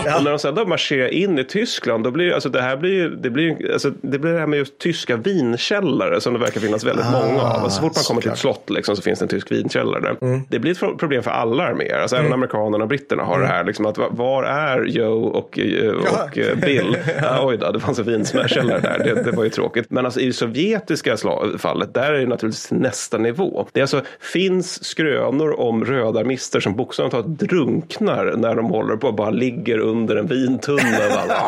Och när de sedan då marscherar in i Tyskland, då blir alltså det blir det här med just tyska vinkällare som det verkar finnas väldigt många av. Alltså, så fort man kommer till ett slott liksom, så finns det en tysk vinkällare där. Det blir ett problem för alla arméer. Alltså även amerikanerna och britterna har det här liksom, att var är Joe och Bill? Oj då, det fanns en vinkällare där. Det var ju tråkigt. Men alltså i det sovjetiska fallet, där är det naturligtvis nästa nivå. Det alltså finns skrönor om rödarmister som bokstavligt drunknar när de håller på och bara ligger under en vintunnel.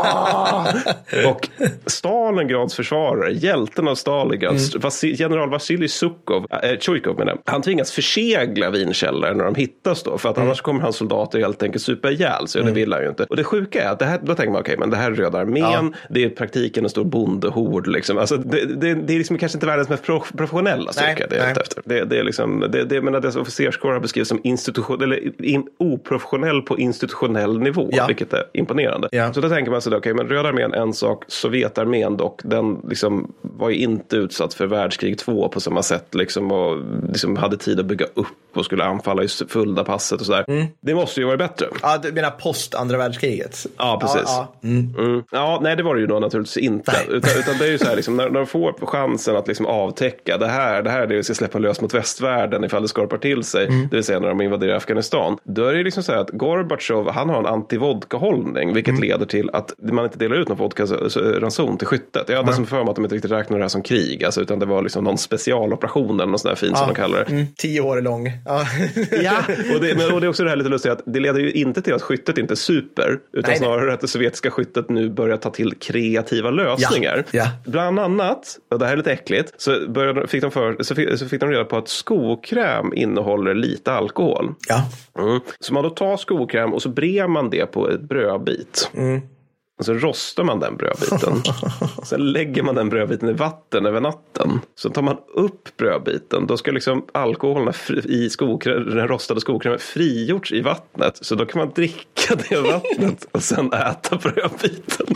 Och Stalingrads försvarare, hjälten av Stalingrad, general Vasilij Chujkov menar, han tvingas försegla vinkällare när de hittas då, för att annars kommer hans soldater helt enkelt supa ihjäl, så det vill han ju inte. Och det sjuka är att det här, då tänker man okej, men det här är Röda armén, det är i praktiken en stor bondehord liksom. Alltså det är liksom kanske inte världens mest professionella styrka det är ute efter. Det är liksom det officerskår har beskrivits som oprofessionell på institutionell nivå, vilket är imponerande. Så då tänker man sig okej, men Röda armén en sak, Sovjetarmén dock, den liksom var ju inte utsatt för världskrig 2 på samma sätt liksom, och liksom hade tid att bygga upp och skulle anfalla i fulla passet och sådär. Det måste ju vara bättre. Ja, du menar post andra världskriget? Ja, precis. Ja, nej, det var det ju då naturligtvis inte. Utan det är ju så här, liksom, när de får chansen att liksom avtäcka det här är det vi ska släppa lös mot västvärlden ifall det skorpar till sig, det vill säga när de invaderar Afghanistan. Då är det liksom så här att Gorbachev, han har en anti-vodka-hållning, vilket leder till att man inte delar ut någon vodka-ranson till skyttet. Jag hade som för mig att de inte riktigt räknar det här som krig, alltså, utan det var liksom någon specialoperation eller något sånt där fint som de kallar det. 10 år lång. Och det är också det här lite lustigt att det leder ju inte till att skyttet inte super, utan snarare att det sovjetiska skyttet nu börjar ta till kreativa lösningar. Bland annat, och det här är lite äckligt, så fick de reda på att skokräm innehåller lite alkohol. Så man då tar skokräm och så brer man det på ett brödbit. Och så rostar man den brödbiten. Sen lägger man den brödbiten i vatten över natten. Så tar man upp brödbiten. Då ska liksom alkoholen i den rostade skokrämen frigjorts i vattnet. Så då kan man dricka det vattnet och sen äta brödbiten.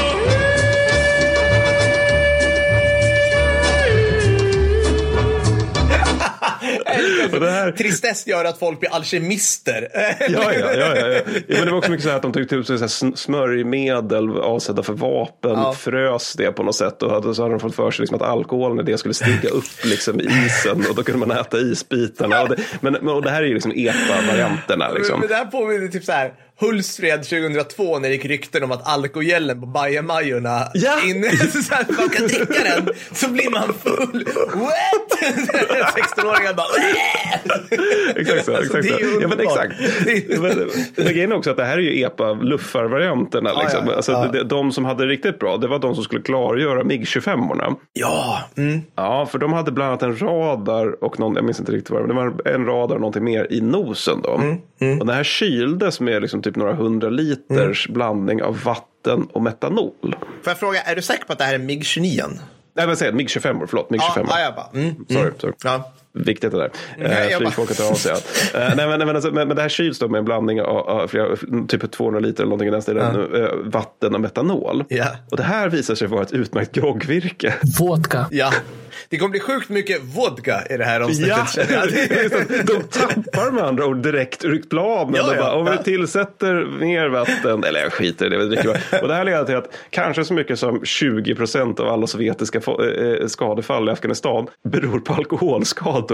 Och det här... Tristess gör att folk blir alkemister. Ja, men det var också mycket så här att de tog ut så här smörjmedel avsedda för vapen, frös det på något sätt, och så hade de fått för sig liksom att alkoholen i det skulle stiga upp liksom i isen, och då kunde man äta isbitarna. Och det här är ju liksom EPA-varianterna liksom. Men det här påminner typ så här Hultsfred 2002 när det gick rykten om att alkogellen på bajamajorna inne, så här, man kan dricka den så blir man full. What? 16-åringar bara exakt. Ja, men exakt. Men grejen är också att det här är ju EPA-luffarvarianterna liksom. Alltså, de som hade riktigt bra, det var de som skulle klargöra MiG-25-orna. Ja, för de hade bland annat en radar och någon, jag minns inte riktigt vad det var en radar och någonting mer i nosen då. Och det här kyldes med liksom typ några 100 liters blandning av vatten och metanol. Får jag fråga, är du säker på att det här är MiG-29? Nej, vad säger jag? MiG-25, förlåt. MiG-25. Sorry. Ja. Viktigt det där. Flygfolket tar av sig allt. Men det här kyls då med en blandning av typ 200 liter eller någonting i den stilen, vatten och metanol. Och det här visar sig vara ett utmärkt groggvirke. Vodka. Ja. Det kommer bli sjukt mycket vodka i det här avsnittet. De tappar med andra ord direkt ur planen. Om vi tillsätter mer vatten, eller jag skiter i det vi dricker. Och det här leder till att kanske så mycket som 20% av alla sovjetiska skadefall i Afghanistan beror på alkoholskador.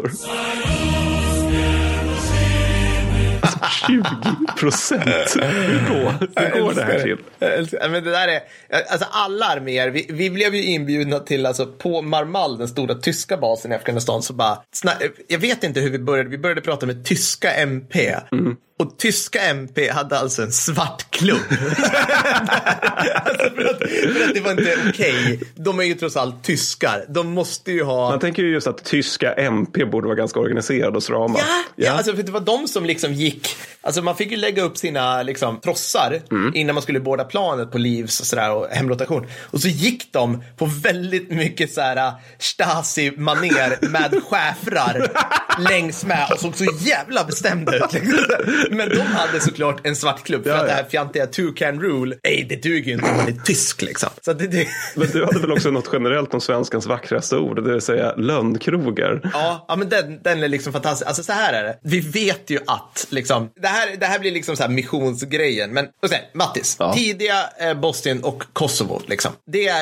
20%. Hur går det här till? Men det där är, alltså alla arméer, vi blev ju inbjudna till, alltså på Marmal, den stora tyska basen i Afghanistan, så bara, jag vet inte hur vi började prata med tyska MP. Och tyska MP hade alltså en svart klubb. Alltså för att det var inte okej. De är ju trots allt tyskar. De måste ju ha... Man tänker ju just att tyska MP borde vara ganska organiserad och strama. Ja, alltså för det var de som liksom gick... Alltså man fick ju lägga upp sina liksom trossar innan man skulle båda planet på livs och sådär och hemrotation. Och så gick de på väldigt mycket så här Stasi-manér med schäfrar längs med och såg så jävla bestämd ut. Men de hade såklart en svart klubb för att det här fjantiga two-can rule, det duger ju inte om man är tysk liksom. Så det... Men du hade väl också något generellt om svenskans vackraste ord, det vill säga lönnkrogar. Ja, men den är liksom fantastisk. Alltså så här är det. Vi vet ju att liksom, det här blir liksom så här missionsgrejen. Men Mattis, tidiga Bosnien och Kosovo liksom.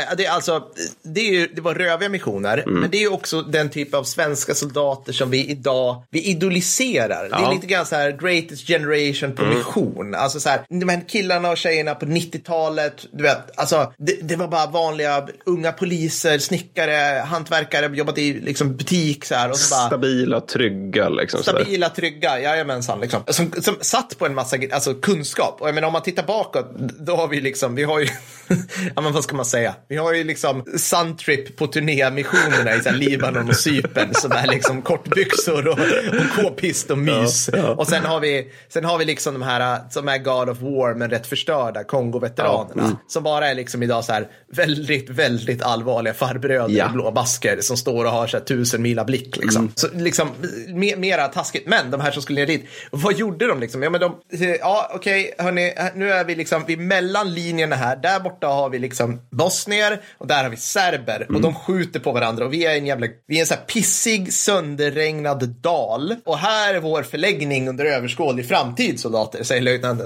Det var röviga missioner, men det är ju också den typ av svenska soldater som vi idoliserar. Det är lite grann så här Greatest Generation på mission. Alltså så här, de här killarna och tjejerna på 90-talet, du vet, alltså det var bara vanliga unga poliser, snickare, hantverkare, jobbat i liksom butik så här, och så bara stabila, trygga liksom. Stabila, trygga, jajamensan liksom. Som satt på en massa alltså kunskap. Och jag menar, om man tittar bakåt, då har vi liksom, vi har ju ja, men vad ska man säga? Vi har ju liksom Suntrip på turnémissionerna i så här Libanon och Cypern som är liksom kortbyxor och k-pist och mys. Och sen har vi liksom de här som är God of War men rätt förstörda Kongo-veteranerna som bara är liksom idag så här väldigt, väldigt allvarliga farbröder i blå basker som står och har så här 1000 mila blick liksom. Så liksom mera taskigt. Men de här som skulle ner dit, vad gjorde de liksom? Ja, men okej, hörni, nu är vi liksom vid mellanlinjerna här. Där borta har vi liksom bosnier och där har vi serber och de skjuter på varandra och vi är en så här pissig, sönderregnad dal och här är vår förläggning under överskådlig framtid, soldater, säger löjtnanten.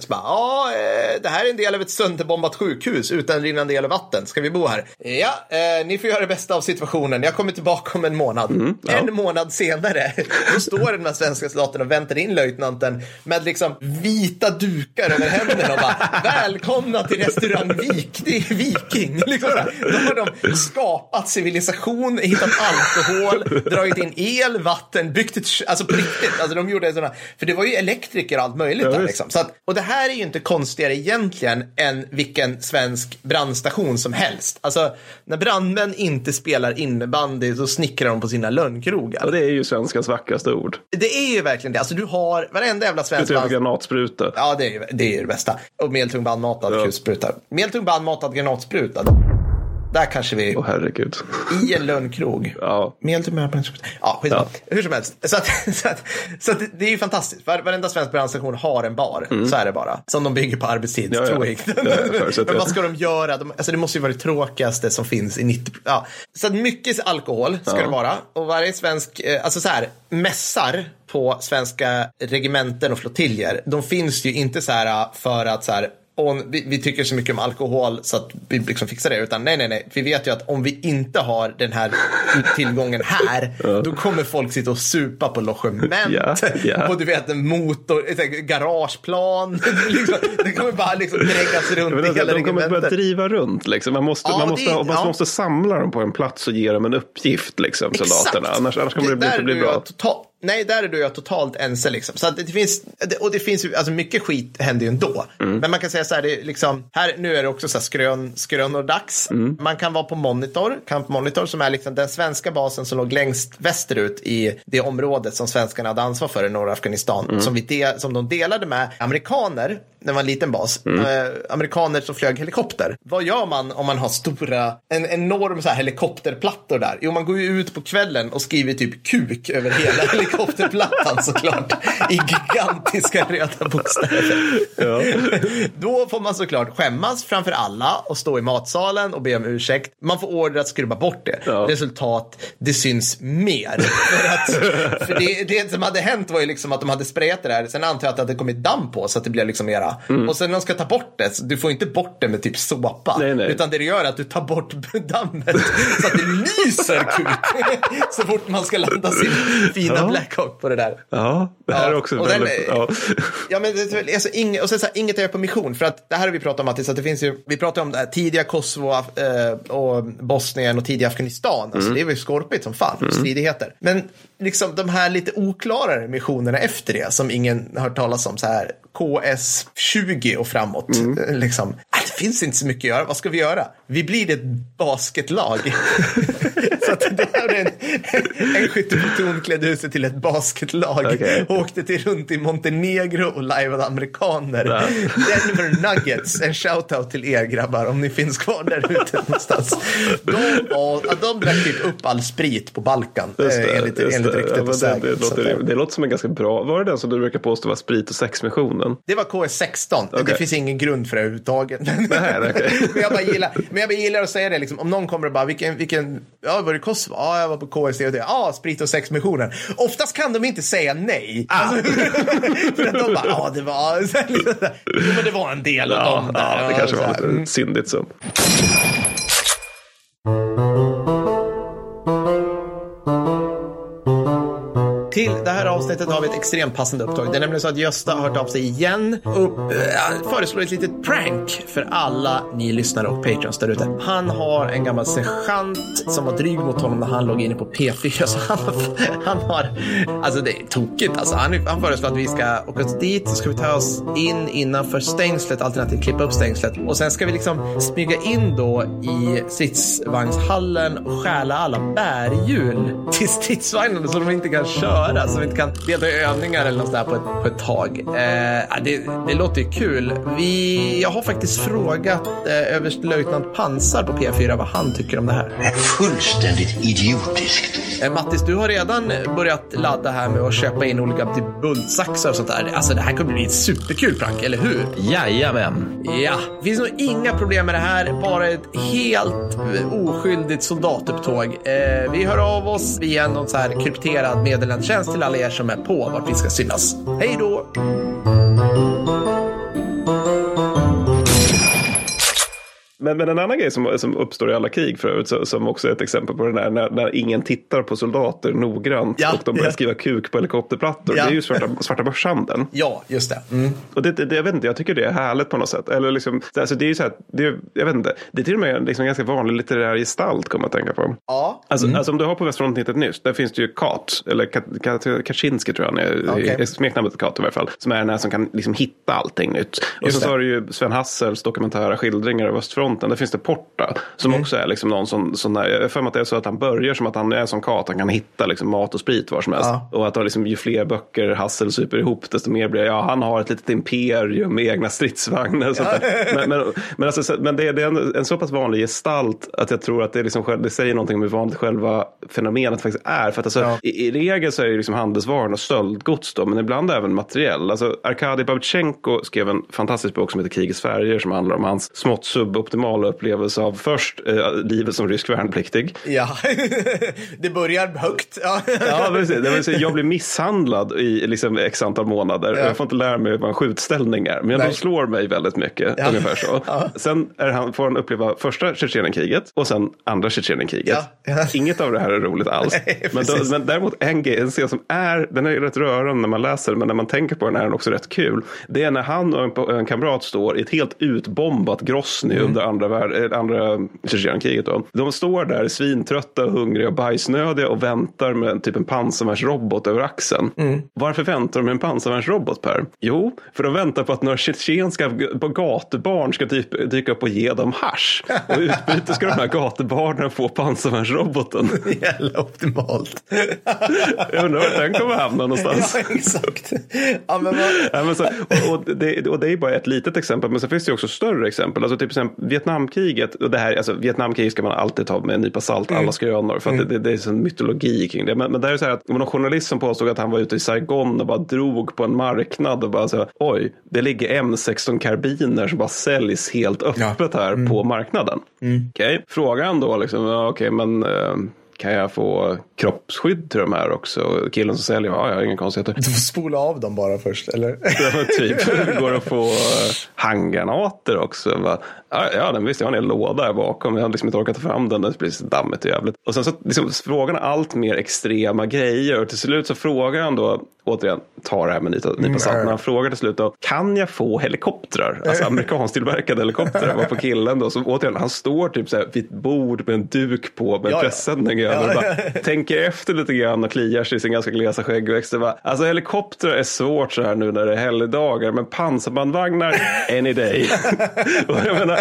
Det här är en del av ett sönderbombat sjukhus utan rinnande del av vatten. Ska vi bo här? Ja, ni får göra det bästa av situationen. Jag kommer tillbaka om en månad. En månad senare, då står den här svenska soldaten och väntar in löjtnanten med liksom vita dukar över händerna och bara, välkomna till restaurang Viking. Liksom, då har de skapat civilisation, hittat alkohol, dragit in el, vatten, byggt ett, alltså på riktigt. Alltså de gjorde sådana, för det var ju elektriker och allt möjligt där liksom. Så att, och det här är ju inte konstigare egentligen än vilken svensk brandstation som helst. Alltså, när brandmän inte spelar innebandy så snickrar de på sina lönnkrogar. Och det är ju svenskans vackraste ord. Det är ju verkligen det. Alltså du har varenda jävla svensk granatspruta. Ja, det är det bästa. Och medeltung bandmatad kulspruta. Medeltung bandmatad granatspruta. Där kanske vi... herregud. I en lönnkrog. Ja. Skitbra. Hur som helst. Så att det är ju fantastiskt. Varenda svensk brandstation har en bar. Så är det bara. Som de bygger på arbetstid. Men vad ska de göra? Det måste ju vara det tråkigaste som finns i 90... Ja. Så att mycket alkohol ska det vara. Och varje svensk... Alltså så här, mässar på svenska regementen och flottiljer. De finns ju inte så här för att så här... Och vi tycker så mycket om alkohol så att vi liksom fixar det, utan nej. Vi vet ju att om vi inte har den här tillgången här, då kommer folk sitta och supa på logement, på du vet en motor, ett garageplan. Liksom, det kommer bara liksom dräggas runt i hela de kommer börja driva runt liksom. Man måste samla dem på en plats och ge dem en uppgift liksom, soldaterna. Annars kommer det inte bli bra. Nej, där är du jag totalt ense liksom. Så att det finns ju, alltså mycket skit händer ju ändå. Men man kan säga så här, det är liksom, här nu är det också så här skrönor-dags. Man kan vara på Camp Monitor som är liksom den svenska basen som låg längst västerut i det området som svenskarna hade ansvar för i norra Afghanistan. Som de delade med amerikaner. Det var en liten bas. Amerikaner som flög helikopter. Vad gör man om man har en enorm så här helikopterplattor där? Jo, man går ju ut på kvällen och skriver typ kuk över hela helikopterplattan såklart. I gigantiska röda bokstäver. Då får man såklart skämmas framför alla och stå i matsalen och be om ursäkt. Man får order att skrubba bort det. Resultat, det syns mer. För det som hade hänt var ju liksom att de hade sprayat det där. Sen antar jag att det kommit damm på så att det blev liksom mera. Och sen när de ska ta bort det, så du får inte bort det med typ såpa. Nej. Utan det gör är att du tar bort dammet så att det lyser kuk. Så fort man ska landa sin fina Blackhawk på det där. Ja, det här är också väldigt... men alltså, och sen så här, inget är på mission. För att det här har vi pratat om, Mattis, att det finns ju... Vi pratar om det här, tidiga Kosovo och Bosnien och tidiga Afghanistan. Alltså det var ju skorpigt som fan, stridigheter. Men liksom de här lite oklarare missionerna efter det, som ingen har hört talas om, så här KS-20 och framåt. Liksom. Det finns inte så mycket att göra. Vad ska vi göra? vi blir ett basketlag. Så att det här en skyttepluton klädde ut sig till ett basketlag. Åkte runt i Montenegro och liveade amerikaner. Denver Nuggets, en shoutout till er grabbar om ni finns kvar där ute någonstans. De drack typ upp all sprit på Balkan. Enligt ryktet och säkert. Det låter som en ganska bra. Var det den som du brukar påstå var sprit- och sexmissionen? Det var KS16. Det finns ingen grund för det överhuvudtaget. Men jag bara gillar att säga det liksom. Om någon kommer och bara, vilken var det Kosovo? Ja, jag var på KSD och det. Sprit- och sexmissionen. Oftast kan de inte säga nej. För att de bara, det var men det var en del av dem där. Det kanske var lite syndigt så. Till det här avsnittet har vi ett extremt passande upptag. Det är nämligen så att Gösta har hört av sig igen och föreslår ett litet prank för alla ni lyssnare och patrons där ute. Han har en gammal sergeant som var dryg mot honom när han låg inne på P4. Så han har, alltså det är tokigt. Alltså han föreslår att vi ska åka dit, så ska vi ta oss in innanför stängslet, alternativt klippa upp stängslet. Och sen ska vi liksom smyga in då i stridsvagnshallen och stjäla alla bärhjul till stridsvagnarna så de inte kan köra. Så vi inte kan delta i övningar eller något där på ett tag. Det låter ju kul. Jag har faktiskt frågat överstelöjtnant Pansar på P4 vad han tycker om det här. Det är fullständigt idiotiskt. Mattis, du har redan börjat ladda här med att köpa in olika bultsaxar och sånt där. Alltså det här kommer bli ett superkul prank, eller hur? Jajamän. Ja, det finns nog inga problem med det här. Bara ett helt oskyldigt soldatupptåg. Vi hör av oss via någon så här krypterad meddelandetjänst till alla er som är på vart vi ska synas. Hej då! Men en annan grej som uppstår i alla krig för övrigt, som också är ett exempel på den där när ingen tittar på soldater noggrant och de börjar skriva kuk på helikopterplattor. Det är ju svarta börshandeln. Ja, just det. Och det jag vet inte, jag tycker det är härligt på något sätt. Eller liksom, alltså det är ju så här, jag vet inte, det är till och med liksom en ganska vanlig litterär gestalt kommer man att tänka på. Ja. Alltså om du har på Västfronten nyss, där finns det ju Kat, eller Kaczynski tror jag han är, smeknamnet Kat i varje fall, som är den här som kan liksom hitta allting nytt. Och så har du ju Sven Hassels dokumentära skildringar av Östfronten. Där finns det Porta som också är liksom någon sån där, jag för mig att det är så att han börjar som att han är som Kat, han kan hitta liksom mat och sprit var som helst. Och att liksom, ju fler böcker Hassel super ihop desto mer blir han har ett litet imperium med egna stridsvagnar och sånt där. Men det är en så pass vanlig gestalt att jag tror att det, liksom, det säger någonting om hur vanligt själva fenomenet faktiskt är. För att alltså, i regel så är det liksom handelsvaror och stöldgods då, men ibland även materiell. Alltså Arkadij Babchenko skrev en fantastisk bok som heter Krigets färger som handlar om hans smått suboptimala upplevelse av först livet som rysk värnpliktig. Ja, det börjar högt. Ja, precis. Jag blir misshandlad i liksom x antal månader. Jag får inte lära mig vad en skjutställning är. Men de slår mig väldigt mycket, ungefär så. Sen får han uppleva första Tjetjenienkriget och sen andra Tjetjenienkriget. Inget av det här är roligt alls. Men däremot en scen som den är rätt rörande när man läser, men när man tänker på den är den också rätt kul. Det är när han och en kamrat står i ett helt utbombat Grozny under andra Tjetjenienkriget då. De står där svintrötta, hungriga och bajsnödiga och väntar med typ en pansarvärnsrobot över axeln. Varför väntar de med en pansarvärnsrobot, Per? Jo, för de väntar på att några tjetjenska gatubarn ska dyka upp och ge dem hasch. Och utbyte ska de här gatubarnen få pansarvärnsroboten. Jävla optimalt. Jag undrar var den kommer hamna någonstans. Ja, exakt. Och det är bara ett litet exempel, men så finns det också större exempel. Alltså typ exempel Vietnamkriget, och det här, alltså Vietnamkriget ska man alltid ta med en nypa salt, alla skrönor, för att det är en mytologi kring det. Men det är så här att det var någon journalist som påstod att han var ute i Saigon och bara drog på en marknad och bara så oj, det ligger M16-karbiner som bara säljs helt öppet här på marknaden. Okej. Frågan då liksom, men kan jag få kroppsskydd till de här också? Killen som säljer, jag har inga konstigheter. Du får spola av dem bara först, eller? Typ, går att få handgranater också. Ja, den visste jag har en låda här bakom. Jag hade liksom inte orkat ta fram den. Det blir så dammigt och jävligt. Och sen så liksom, frågan är allt mer extrema grejer. Och till slut så frågar han då, återigen, ta det här med nypa salt. Men han frågar till slut då, kan jag få helikoptrar? Alltså amerikansk-tillverkade helikoptrar. Var på killen då. Så återigen, han står typ så här vid ett bord med en duk på med pressändning i över och bara tänker efter lite grann och kliar sig i sin ganska glesa skäggväxt. Alltså helikoptrar är svårt så här nu när det är helgdagar, men pansarbandvagnar any day. Och jag menar,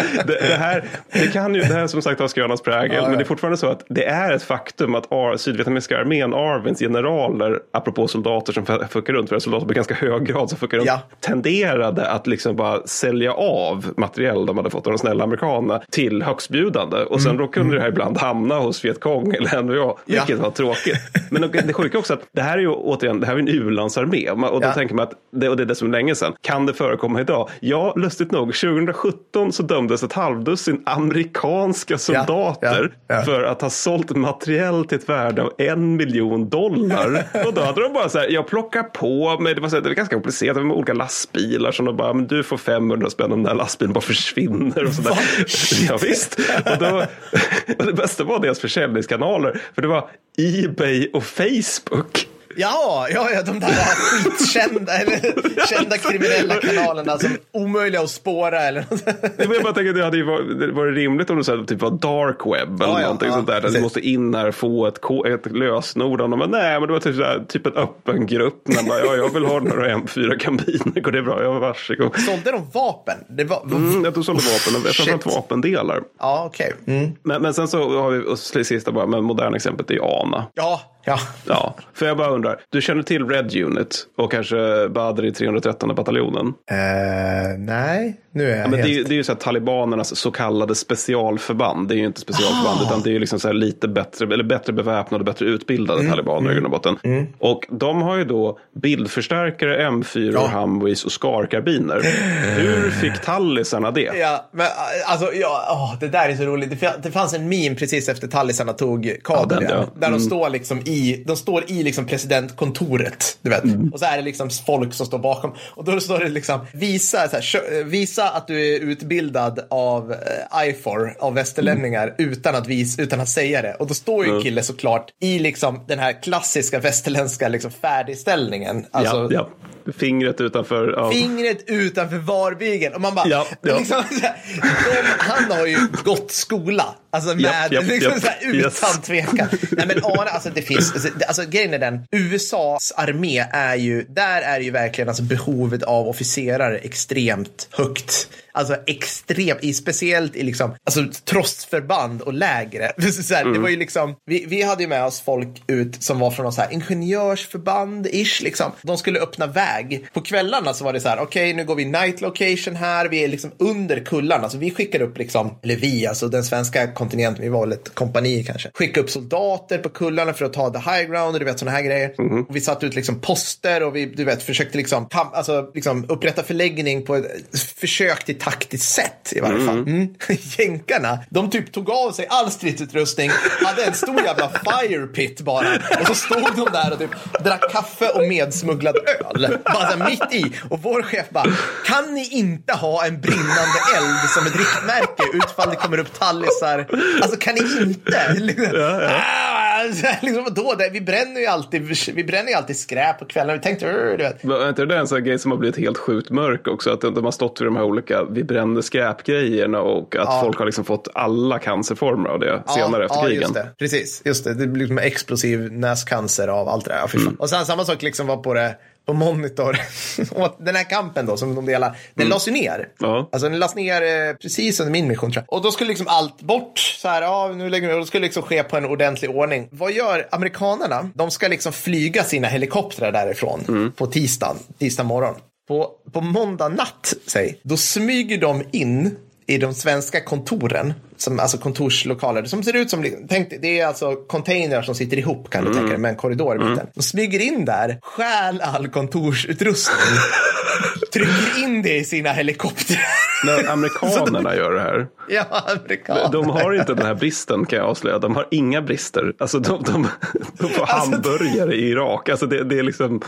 det här som sagt har Skrönas prägel, men det är fortfarande så att det är ett faktum att sydvietnamesiska armén, Arvins generaler, apropå soldater som fuckar runt, för soldater på ganska hög grad som fuckar runt, tenderade att liksom bara sälja av materiell de hade fått av de snälla amerikanerna till högstbjudande. Och sen då kunde det här ibland hamna hos Vietcong eller NVA, vilket var tråkigt. Men det sjuka också att det här är ju återigen, det här är en u-landsarmé. Och då tänker man att det är det som är länge sedan. Kan det förekomma idag? Ja, lustigt nog. 2017 så dömdes ett halvdussin amerikanska soldater för att ha sålt materiell till ett värde av $1 miljon. Och då hade de bara så här, jag plockar på mig, det var ganska komplicerat med olika lastbilar som de bara, men du får 500 spänn om den här lastbilen bara försvinner och sådär. Ja visst. Och det bästa var deras försäljningskanaler, för det var eBay och Facebook. Ja, de där skitkända eller kända kriminella kanalerna som omöjliga att spåra eller något. Jag bara tänker att det hade ju varit rimligt om du sa typ var dark web eller någonting sånt där. Där du måste in här få ett lösenord. Men nej, men det var typ en öppen grupp. När bara, jag vill ha några M4 kambiner. Går det bra? Varsågod. Sålde de vapen? Jag tror sålde vapen. Jag tror att vapendelar. Ja, okej. Men sen så har vi sista bara, men moderna exemplet är ANA. Ja, för jag bara undrar, du känner till Red Unit och kanske Badri 313 bataljonen? Nej, nu är jag men det är ju så här talibanernas så kallade specialförband. Det är ju inte specialförband utan det är ju liksom så här lite bättre beväpnade, bättre utbildade talibaner i grund och botten. Och de har ju då bildförstärkare, M4, Humvees och Scar-karbiner. Hur fick tallisarna det? Ja, men alltså det där är så roligt. Det fanns en meme precis efter tallisarna tog Kabul, där de står liksom i liksom presidentkontoret, du vet. Och så är det liksom folk som står bakom. Och då står det liksom visa att du är utbildad av IFOR, av västerlänningar, utan att säga det. Och då står ju en kille såklart i liksom den här klassiska västerländska liksom färdigställningen. Alltså, Fingret utanför varbygeln. Och man bara liksom, han har ju gått skola. Alltså utan tvekan. Nej men alltså det finns, alltså grejen är den, USAs armé är ju verkligen alltså behovet av officerare extremt högt. Alltså extremt, speciellt i liksom, alltså trotsförband och lägre. Så här, det var ju liksom, vi hade ju med oss folk ut som var från någon så här ingenjörsförband-ish liksom. De skulle öppna väg. På kvällarna så var det så här, okej, nu går vi night location här, vi är liksom under kullarna. Så vi skickar upp liksom, eller vi, alltså den svenska kontinenten, vi var väl ett kompani kanske. Skickade upp soldater på kullarna för att ta the high ground och du vet såna här grejer. Och vi satt ut liksom poster och vi, du vet, försökte liksom, upprätta förläggning på ett försök till taktiskt sätt i varje fall. Jänkarna, de typ tog av sig all stridsutrustning, hade en stor jävla fire pit bara, och så stod de där och typ drack kaffe och medsmugglad öl bara mitt i, och vår chef bara, kan ni inte ha en brinnande eld som ett riktmärke utfall det kommer upp tallisar, alltså kan ni inte liksom då, vi bränner ju alltid skräp på kvällen. Vi tänkte, du vet. Var inte det en sån grej som har blivit helt sjukt mörk också, att de har stått vid de här olika vi brände skräpgrejerna och att folk har liksom fått alla cancerformer av det senare efter krigen. Just det blir liksom explosiv näscancer av allt det där. Och sen samma sak liksom var på Monitor. Och den här kampen då som de delar, den lades ju ner. Alltså den lades ner precis under min mission, tror jag. Och då skulle liksom allt bort så här, nu lägger vi, och då skulle liksom ske på en ordentlig ordning. Vad gör amerikanerna? De ska liksom flyga sina helikoptrar därifrån på tisdag morgon. På måndag natt, då smyger de in i de svenska kontoren, alltså kontorslokaler som ser ut som, det är alltså containrar som sitter ihop, kan du tänka dig, med en korridor i mitten. De smyger in där, stjäl all kontorsutrustning, trycker in det i sina helikoptrar. När amerikanerna gör det här. Ja, amerikanerna. De har inte den här bristen, kan jag avslöja. De har inga brister. Alltså de får hamburgare i Irak. Alltså det är liksom...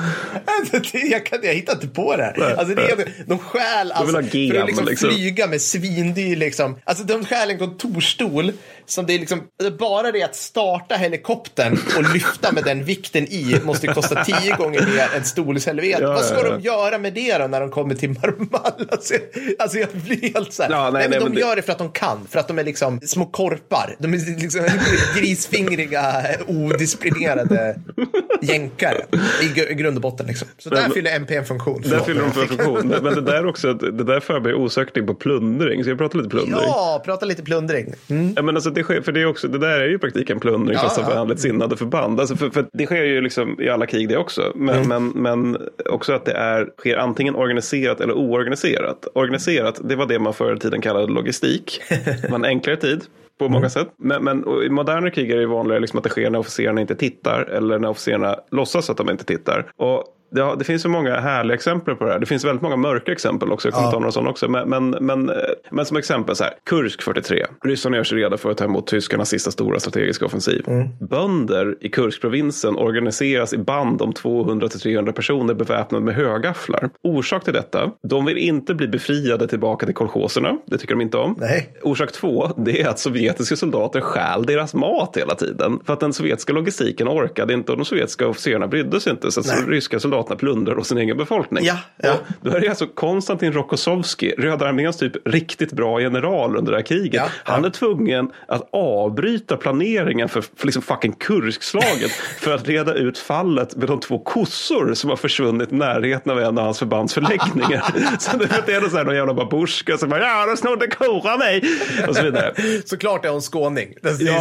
Jag hittar inte på det. Alltså de stjäl alltså, för att liksom flyga med svindyr liksom. Alltså de stjäl en kontorstol som det är liksom, bara det att starta helikoptern och lyfta med den vikten i måste kosta 10 gånger mer än stolshelvete. Vad ska de göra med det då när de kommer till Marmal? Alltså jag blir helt så här. Nej, men de gör det för att de kan. För att de är liksom små korpar. De är liksom grisfingriga, odisciplinerade jänkare i grund och botten liksom. Så där fyller MP en funktion. Där fyller de en funktion. Men det där också, det där för mig osökt på plundring. Så jag pratar lite plundring. Ja, prata lite plundring. Ja, men alltså det sker, för det är också, det där är ju i praktiken plundring fast av vänligt sinnade förband. Alltså för det sker ju liksom i alla krig det också. Men också att det sker antingen organiserat eller oorganiserat. Organiserat, det var det man förr i tiden kallade logistik. Det var en enklare tid på många sätt. Men i moderna krig är det vanligare liksom att det sker när officerarna inte tittar eller när officerarna låtsas att de inte tittar. Och det finns så många härliga exempel på det här. Det finns väldigt många mörka exempel också. Jag kommer ta några sådana också. Men som exempel så här. Kursk 43. Ryssarna gör sig redo för att ta emot tyskarnas sista stora strategiska offensiv. Bönder i Kurskprovinsen organiseras i band om 200-300 personer beväpnade med högafflar. Orsak till detta. De vill inte bli befriade tillbaka till kolchoserna. Det tycker de inte om. Nej. Orsak 2. Det är att sovjetiska soldater stjäl deras mat hela tiden. För att den sovjetiska logistiken orkade inte och de sovjetiska officerarna brydde sig inte. Så att ryska soldater plundrar och sin egen befolkning. Ja. Då är det alltså Konstantin Rokossovski, Röda arméns typ riktigt bra general under det här kriget. Han är tvungen att avbryta planeringen för liksom fucking Kurskslaget för att reda ut fallet med de 2 kossor som har försvunnit i närheten av en av hans förbandsförläggningar. Så det är så här någon jävla babuska som bara, de snodde kor av mig och så vidare. Såklart är hon skåning.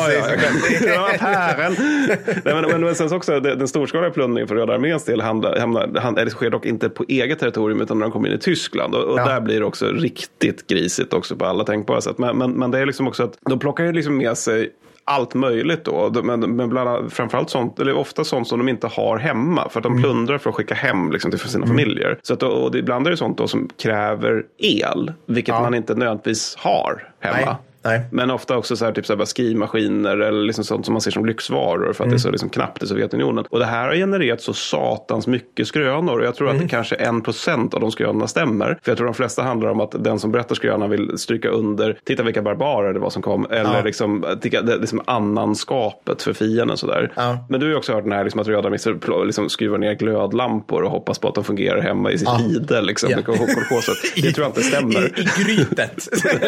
Pären. Men sen också den storskaliga plundringen för Röda arméns del det sker dock inte på eget territorium utan när de kommer in i Tyskland och där blir det också riktigt grisigt också på alla tänkbara sätt. Men det är liksom också att de plockar ju liksom med sig allt möjligt då, men framförallt sånt, eller ofta sånt som de inte har hemma för att de plundrar för att skicka hem liksom till sina familjer. Så att, och det ibland är det sånt då som kräver el, vilket man inte nödvändigtvis har hemma. Nej. Men ofta också så här, typ så här skrivmaskiner eller liksom sånt som man ser som lyxvaror för att det är så liksom knappt i Sovjetunionen. Och det här har genererat så satans mycket skrönor och jag tror att det kanske 1% av de skrönorna stämmer. För jag tror de flesta handlar om att den som berättar skrönan vill stryka under, titta vilka barbarer det var som kom, eller liksom annanskapet för fienden sådär. Men du har ju också hört den här liksom, att Röda arméer liksom skruvar ner glödlampor och hoppas på att de fungerar hemma i sitt ide liksom. Det tror jag inte stämmer. I grytet.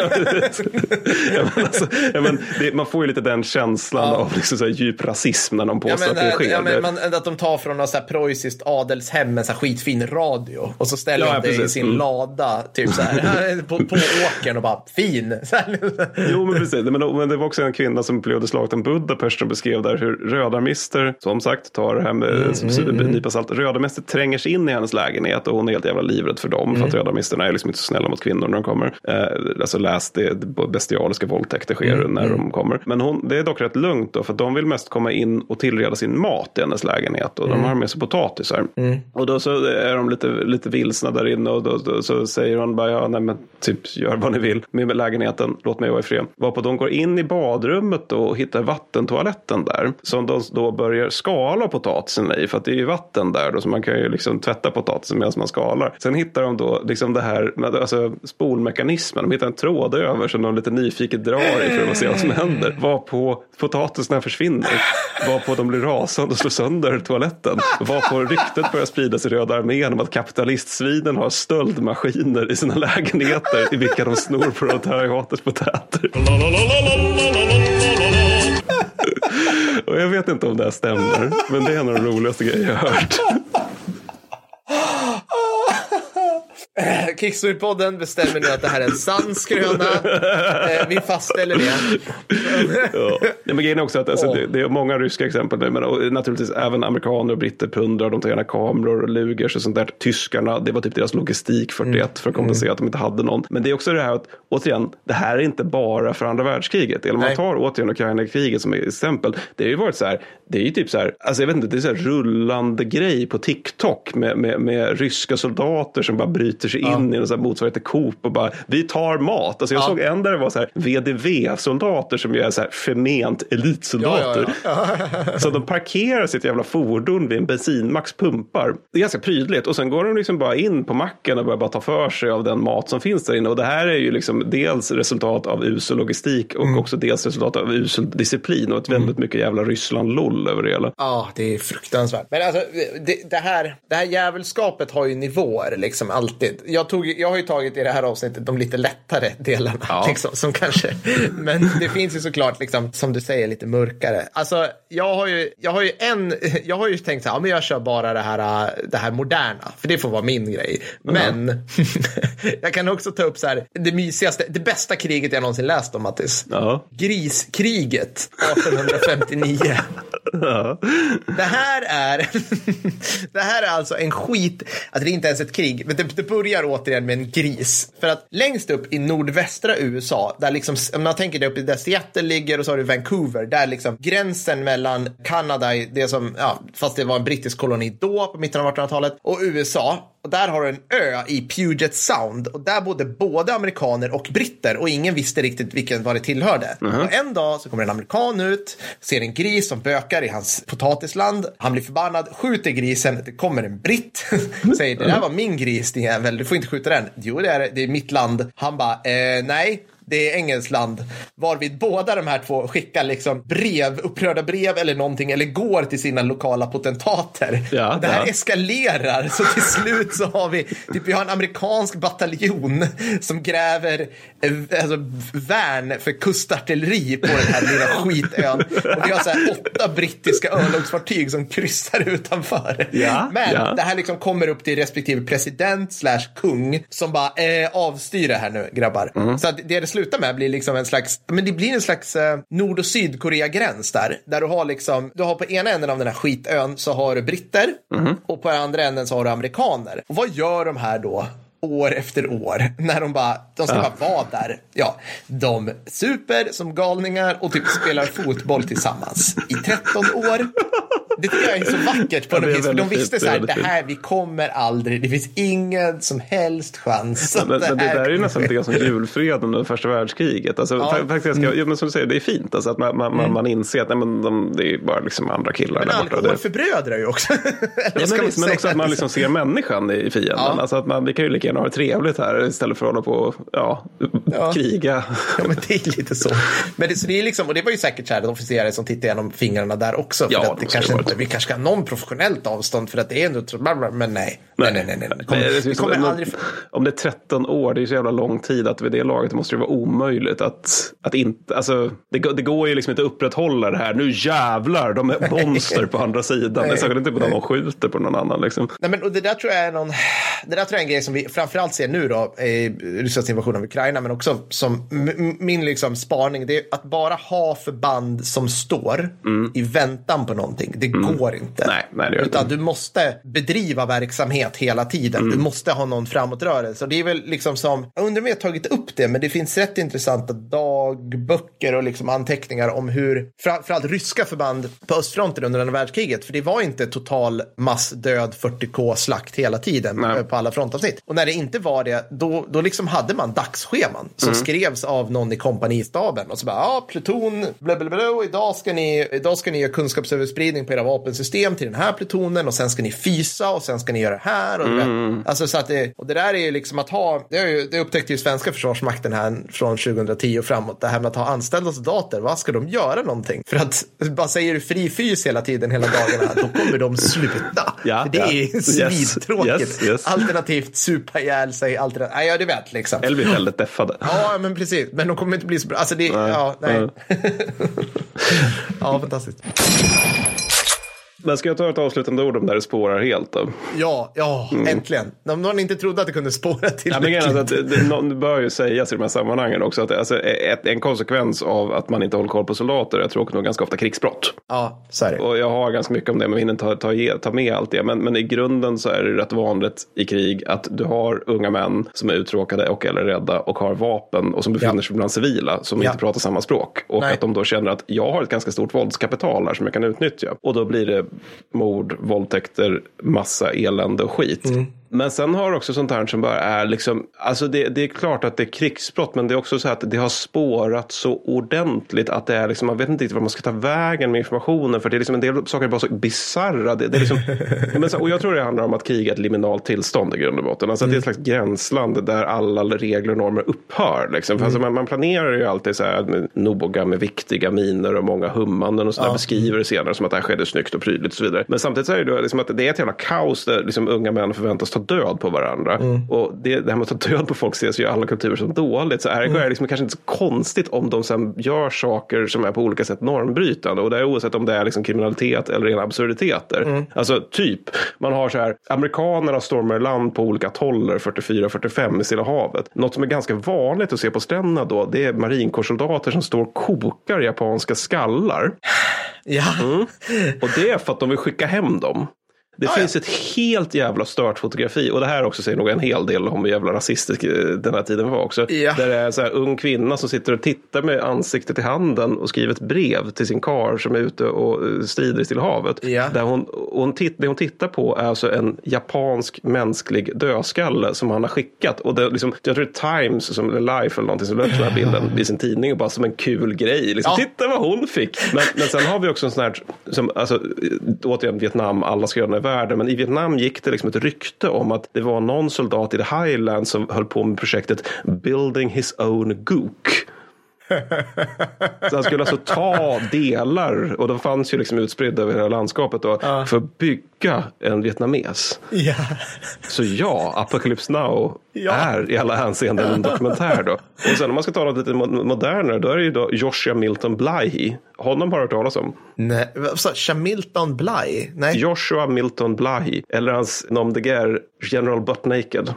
Man får ju lite den känslan av liksom så här djup rasism när de påstår att det sker. Att de tar från något så här preussiskt adelshem en så här skitfin radio och så ställer de det i sin lada typ så här på åkern och bara fin. Jo men precis, men det var också en kvinna som upplevde slaget om Budapest som beskrev där hur rödarmister, som sagt, tar det här med nypa salt. Rödarmister tränger sig in i hennes lägenhet och hon är helt jävla livrädd för dem för att rödarmisterna är liksom inte så snälla mot kvinnor när de kommer. Alltså läs det bestialiska våldtäkter sker när de kommer. Men det är dock rätt lugnt då, för att de vill mest komma in och tillreda sin mat i hennes lägenhet och de har med sig potatisar. Och då så är de lite vilsna där inne och då så säger hon bara, nej men typ gör vad ni vill med lägenheten, låt mig vara i fred. Varpå de går in i badrummet och hittar vattentoaletten där som de då börjar skala potatisen i, för att det är ju vatten där då, så man kan ju liksom tvätta potatisen medan man skalar. Sen hittar de då liksom det här med, alltså spolmekanismen, de hittar en tråd över som de lite nyfiket drar i för att se vad som händer. Varpå potatisarna försvinner. Varpå de blir rasande och slår sönder toaletten. Varpå ryktet börjar spridas i Röda armén om att kapitalistsvinen har stöldmaskiner i sina lägenheter i vilka de snor proletariatets potäter. Och jag vet inte om det här stämmer, men det är en av de roligaste grejer jag har hört. Kickstreet-podden bestämmer nu att det här är en sann skröna. Vi fastställer det. Ja, men grejen är också att alltså, det är många ryska exempel nu, men och naturligtvis även amerikaner och britter plundrar, de tar gärna kameror och lugers och sånt där. Tyskarna, det var typ deras logistik 41 för att kompensera att de inte hade någon. Men det är också det här att, återigen, det här är inte bara för andra världskriget. Eller man tar återigen Ukraina-kriget som exempel. Det har ju varit så här, det är ju typ så här, alltså jag vet inte, det är så här rullande grej på TikTok med ryska soldater som bara bryter sig in in i en sån här motsvarighet till Coop och bara, vi tar mat. Alltså jag såg en där det var så här VDV-soldater som är så här förment elitsoldater. Så de parkerar sitt jävla fordon vid en bensinmax pumpar. Det är ganska prydligt. Och sen går de liksom bara in på macken och börjar bara ta för sig av den mat som finns där inne. Och det här är ju liksom dels resultat av usel logistik och också dels resultat av usel disciplin och ett väldigt mycket jävla Ryssland-lull över det hela. Ja, det är fruktansvärt. Men alltså, det här jävelskapet har ju nivåer liksom alltid. Jag har ju tagit i det här avsnittet de lite lättare delarna liksom, som kanske, men det finns ju såklart liksom, som du säger, lite mörkare. Alltså, jag har ju tänkt så här, men jag kör bara det här moderna, för det får vara min grej. Men jag kan också ta upp så här, det bästa kriget jag någonsin läst om, Mattis. Griskriget 1859. Det här är alltså en skit, alltså det är inte ens ett krig, men det börjar återigen med en gris. För att längst upp i nordvästra USA, där liksom, om man tänker det uppe där Seattle ligger och så har du Vancouver, där liksom gränsen mellan Kanada, det som, fast det var en brittisk koloni då på mitten av 1800-talet, och USA, och där har du en ö i Puget Sound, och där bodde både amerikaner och britter, och ingen visste riktigt vad det tillhörde. Och en dag så kommer en amerikan ut, ser en gris som bökar i hans potatisland, han blir förbannad, skjuter grisen, det kommer en britt, säger, det där var min gris, din jävel, du får inte skjuta den. Jo, det är mitt land. Han bara, nej, det är Engelsland. Varvid båda de här två skickar liksom upprörda brev eller någonting, eller går till sina lokala potentater. Och det här eskalerar, så till slut så har vi har en amerikansk bataljon som gräver värn för kustartilleri på den här lilla skitön. Och vi har så här 8 brittiska örlogsfartyg som kryssar utanför. Men det här liksom kommer upp till respektive president / kung som bara avstyr det här nu, grabbar. Så att det slutar med blir liksom en slags, men det blir en slags Nord- och Sydkorea-gräns där du har liksom, du har på ena änden av den här skitön så har du britter och på andra änden så har du amerikaner. Och vad gör de här då? År efter år, när de ska bara vara där. Ja, de super som galningar och typ spelar fotboll tillsammans i 13 år. Det tycker jag är så vackert på något vis, för de visste så här, det här, vi kommer aldrig, det finns ingen som helst chans. Men det där är ju nästan lite som julfreden under första världskriget. Alltså, faktiskt, men som du säger, det är fint alltså, att man inser att det är bara liksom andra killar. Men alkohol förbrödrar ju också. Men också att man liksom ser människan i fienden. Alltså att vi kan ju lika gärna ha det trevligt här istället för att hålla på kriga. Ja, men det är lite så. Men det är liksom, och det var ju säkert så här, de officerare som tittar igenom fingrarna där också. För att det kanske vi kanske ska ha någon professionellt avstånd, för att det är ändå, men nej. Det kommer aldrig. Om det är 13 år, det är så jävla lång tid att vid det laget måste det vara omöjligt att inte, alltså det går ju liksom inte att upprätthålla det här. Nu jävlar, de är monster på andra sidan. Det är säkert inte på de skjuter på någon annan liksom. Nej, men och det där tror jag är en grej som vi framförallt ser nu då i Rysslands invasion av Ukraina, men också som min liksom spaning, det är att bara ha förband som står i väntan på någonting. Det går inte. Nej, det utan du måste bedriva verksamhet hela tiden. Du måste ha någon framåtrörelse. Och det är väl liksom som, jag undrar om jag har tagit upp det, men det finns rätt intressanta dagböcker och liksom anteckningar om hur framförallt ryska förband på östfronten under andra världskriget, för det var inte total massdöd 40k slakt hela tiden på alla frontavsnitt. Och när det inte var det, då liksom hade man dagsscheman som skrevs av någon i kompanistaben och så bara, pluton blablabla, och idag ska ni göra kunskapsöverspridning på era vapensystem till den här plutonen, och sen ska ni fysa, och sen ska ni göra det här och alltså så att och det där är ju liksom att ha, det upptäckte ju svenska försvarsmakten här från 2010 och framåt, det här med att ha anställda soldater, vad ska de göra någonting? För att bara säger du fri fys hela tiden, hela dagarna, då kommer de sluta. För det är svidtråkigt. Yes. Alternativt supa ihjäl sig, du vet liksom. Eller blir väldigt deffade. Ja, men precis. Men de kommer inte bli så bra. Alltså det, nej. Ja, fantastiskt. Men ska jag ta ett avslutande ord om där det spårar helt då? Ja, äntligen. Om någon inte trodde att det kunde spåra till. Ja, men alltså, det bör ju sägas i de här sammanhangen också att alltså, en konsekvens av att man inte håller koll på soldater är tråkigt nog ganska ofta krigsbrott. Ja, så är det. Och jag har ganska mycket om det, men vi hinner ta med allt det. Men i grunden så är det rätt vanligt i krig att du har unga män som är uttråkade och eller rädda och har vapen och som befinner sig bland civila som inte pratar samma språk. Och att de då känner att jag har ett ganska stort våldskapital här som jag kan utnyttja. Och då blir det mord, våldtäkter, massa elände och skit. Men sen har också sånt här som bara är liksom, alltså det är klart att det är krigsbrott, men det är också så att det har spårat så ordentligt att det är liksom, man vet inte riktigt vad man ska ta vägen med informationen, för det är liksom en del saker är bara så bizarra. Det är liksom, och jag tror det handlar om att krig är ett liminalt tillstånd i grund och botten. Alltså att det är ett slags gränsland där alla regler och normer upphör. Liksom. För alltså man planerar ju alltid så här med noga med viktiga miner och många hummanden och så där, beskriver det senare som att det här skedde snyggt och prydligt och så vidare. Men samtidigt så är det ju liksom att det är ett jävla kaos där liksom unga män förväntas ta död på varandra. Och det här med att ta död på folk ses ju i alla kulturer som dåligt. Så är det liksom kanske inte så konstigt om de sen gör saker som är på olika sätt normbrytande. Och det är oavsett om det är liksom kriminalitet eller rena absurditeter. Alltså typ, man har så här, amerikanerna stormar land på olika atoller 44-45 i Stilla havet. Något som är ganska vanligt att se på stränderna då, det är marinkårssoldater som står och kokar japanska skallar. Och det är för att de vill skicka hem dem. Det finns ett helt jävla stört fotografi, och det här också säger nog en hel del om hur jävla rasistisk den här tiden var också. Där det är så här ung kvinna som sitter och tittar med ansiktet i handen och skriver ett brev till sin karl som är ute och strider i Stilla havet. Där det hon tittar på är alltså en japansk mänsklig dödskalle som han har skickat. Och det liksom, jag tror det är Times som Life eller någonting som löper den här bilden i sin tidning och bara som en kul grej. Liksom, titta vad hon fick! Men sen har vi också en sån här, som, alltså, återigen Vietnam, alla ska göra den här världen, men i Vietnam gick det liksom ett rykte om att det var någon soldat i the Highlands som höll på med projektet Building His Own Gook. Så han skulle alltså ta delar, och de fanns ju liksom utspridda över hela landskapet då, för att bygga en vietnames. Så Apocalypse Now är i alla hänseenden en dokumentär då. Och sen om man ska tala lite modernare, då är det ju då Joshua Milton Blythe. Honom har du hört talas om? Nej, Milton Blythe? Nej. Joshua Milton Blythe, eller hans nom de guerre General Butt Naked.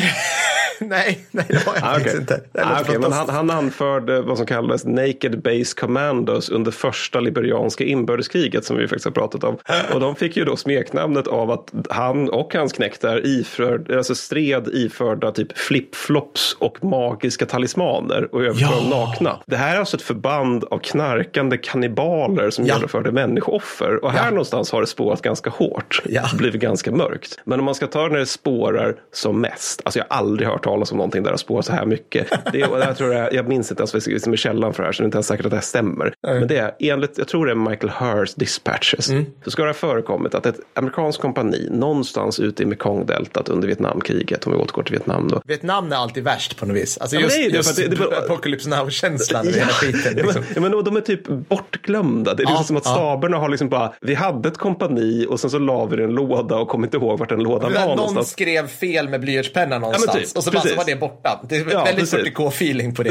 Nej, det var jag faktiskt inte. Men han anförde vad som kallades Naked Base Commandos under första liberianska inbördeskriget, som vi faktiskt har pratat om. Och de fick ju då smeknamnet av att han och hans knektar stred iförda typ flip-flops och magiska talismaner och överförde nakna. Det här är alltså ett förband av knarkande kannibaler som genomförde människooffer. Och här någonstans har det spårat ganska hårt. Blivit ganska mörkt. Men om man ska ta när det spårar som mest, alltså jag har aldrig hört talas om någonting där det spårar så här mycket. Jag minns inte ens som är källan för det här, så det är inte ens säkert att det här stämmer. Men det är enligt, jag tror det är Michael Hurst Dispatches, så ska det ha förekommit att ett amerikanskt kompani någonstans ute i Mekongdeltat under Vietnamkriget, om vi återgår till Vietnam då. Vietnam är alltid värst på något vis. Alltså just Apocalypse Now-känslan med hela skiten. Liksom. Men de är typ bortglömda. Det är liksom som att staberna har liksom bara, vi hade ett kompani och sen så la vi en låda och kom inte ihåg vart den lådan var någonstans. Någon skrev fel med blyertspenna någonstans. Typ, och så var det borta. Det är väldigt 40K-feeling på det.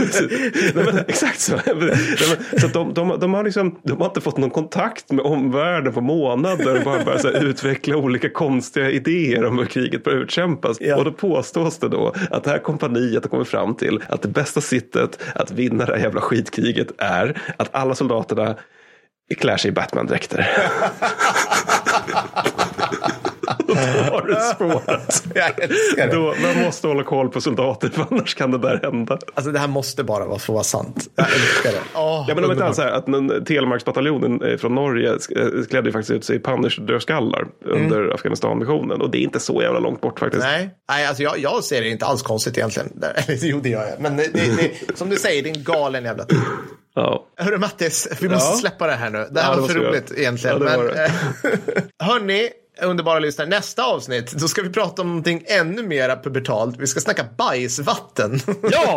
Exakt så. Så de har liksom, de har inte fått någon kontakt med omvärlden på månader och bara så här, utveckla olika konstiga idéer om hur kriget bör utkämpas. Och då påstås det då att det här kompaniet har kommit fram till att det bästa sättet att vinna det här jävla skitkriget är att alla soldaterna klär sig i Batman-dräkter. Då har det spårat. Jag älskar det. Man måste hålla koll på soldater, för annars kan det där hända. Alltså det här måste bara vara sant. Jag älskar det. Men om inte alls här, att Telemarksbataljonen från Norge klädde faktiskt ut sig i Punisher-dödskallar under Afghanistan-missionen. Och det är inte så jävla långt bort faktiskt. Nej, alltså jag ser det inte alls konstigt egentligen. Jo, det gör jag. Men det, som du säger, det är en galen jävla tid. Hörru Mattis, vi måste släppa det här nu. Det här var för roligt egentligen. Hörni, underbara lyssnare, nästa avsnitt då ska vi prata om någonting ännu mer pubertalt. Vi ska snacka bajsvatten. Ja!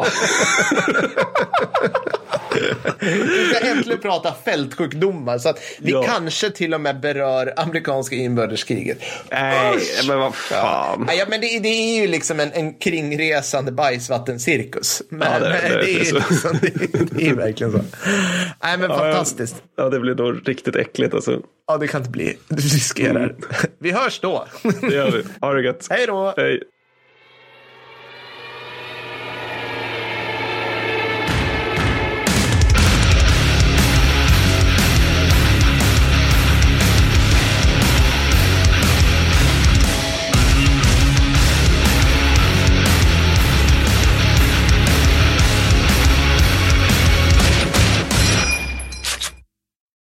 Vi ska äntligen prata fältsjukdomar, så att vi kanske till och med berör amerikanska inbördeskriget. Nej, men vad fan. Ja, men det är ju liksom en kringresande bajsvattencirkus. Men det är verkligen så. Nej, men fantastiskt. Ja, det blir då riktigt äckligt alltså. Ja, det kan inte bli. Du riskerar. Vi hörs då. Det gör vi. Ha det gött. Hej då. Hej.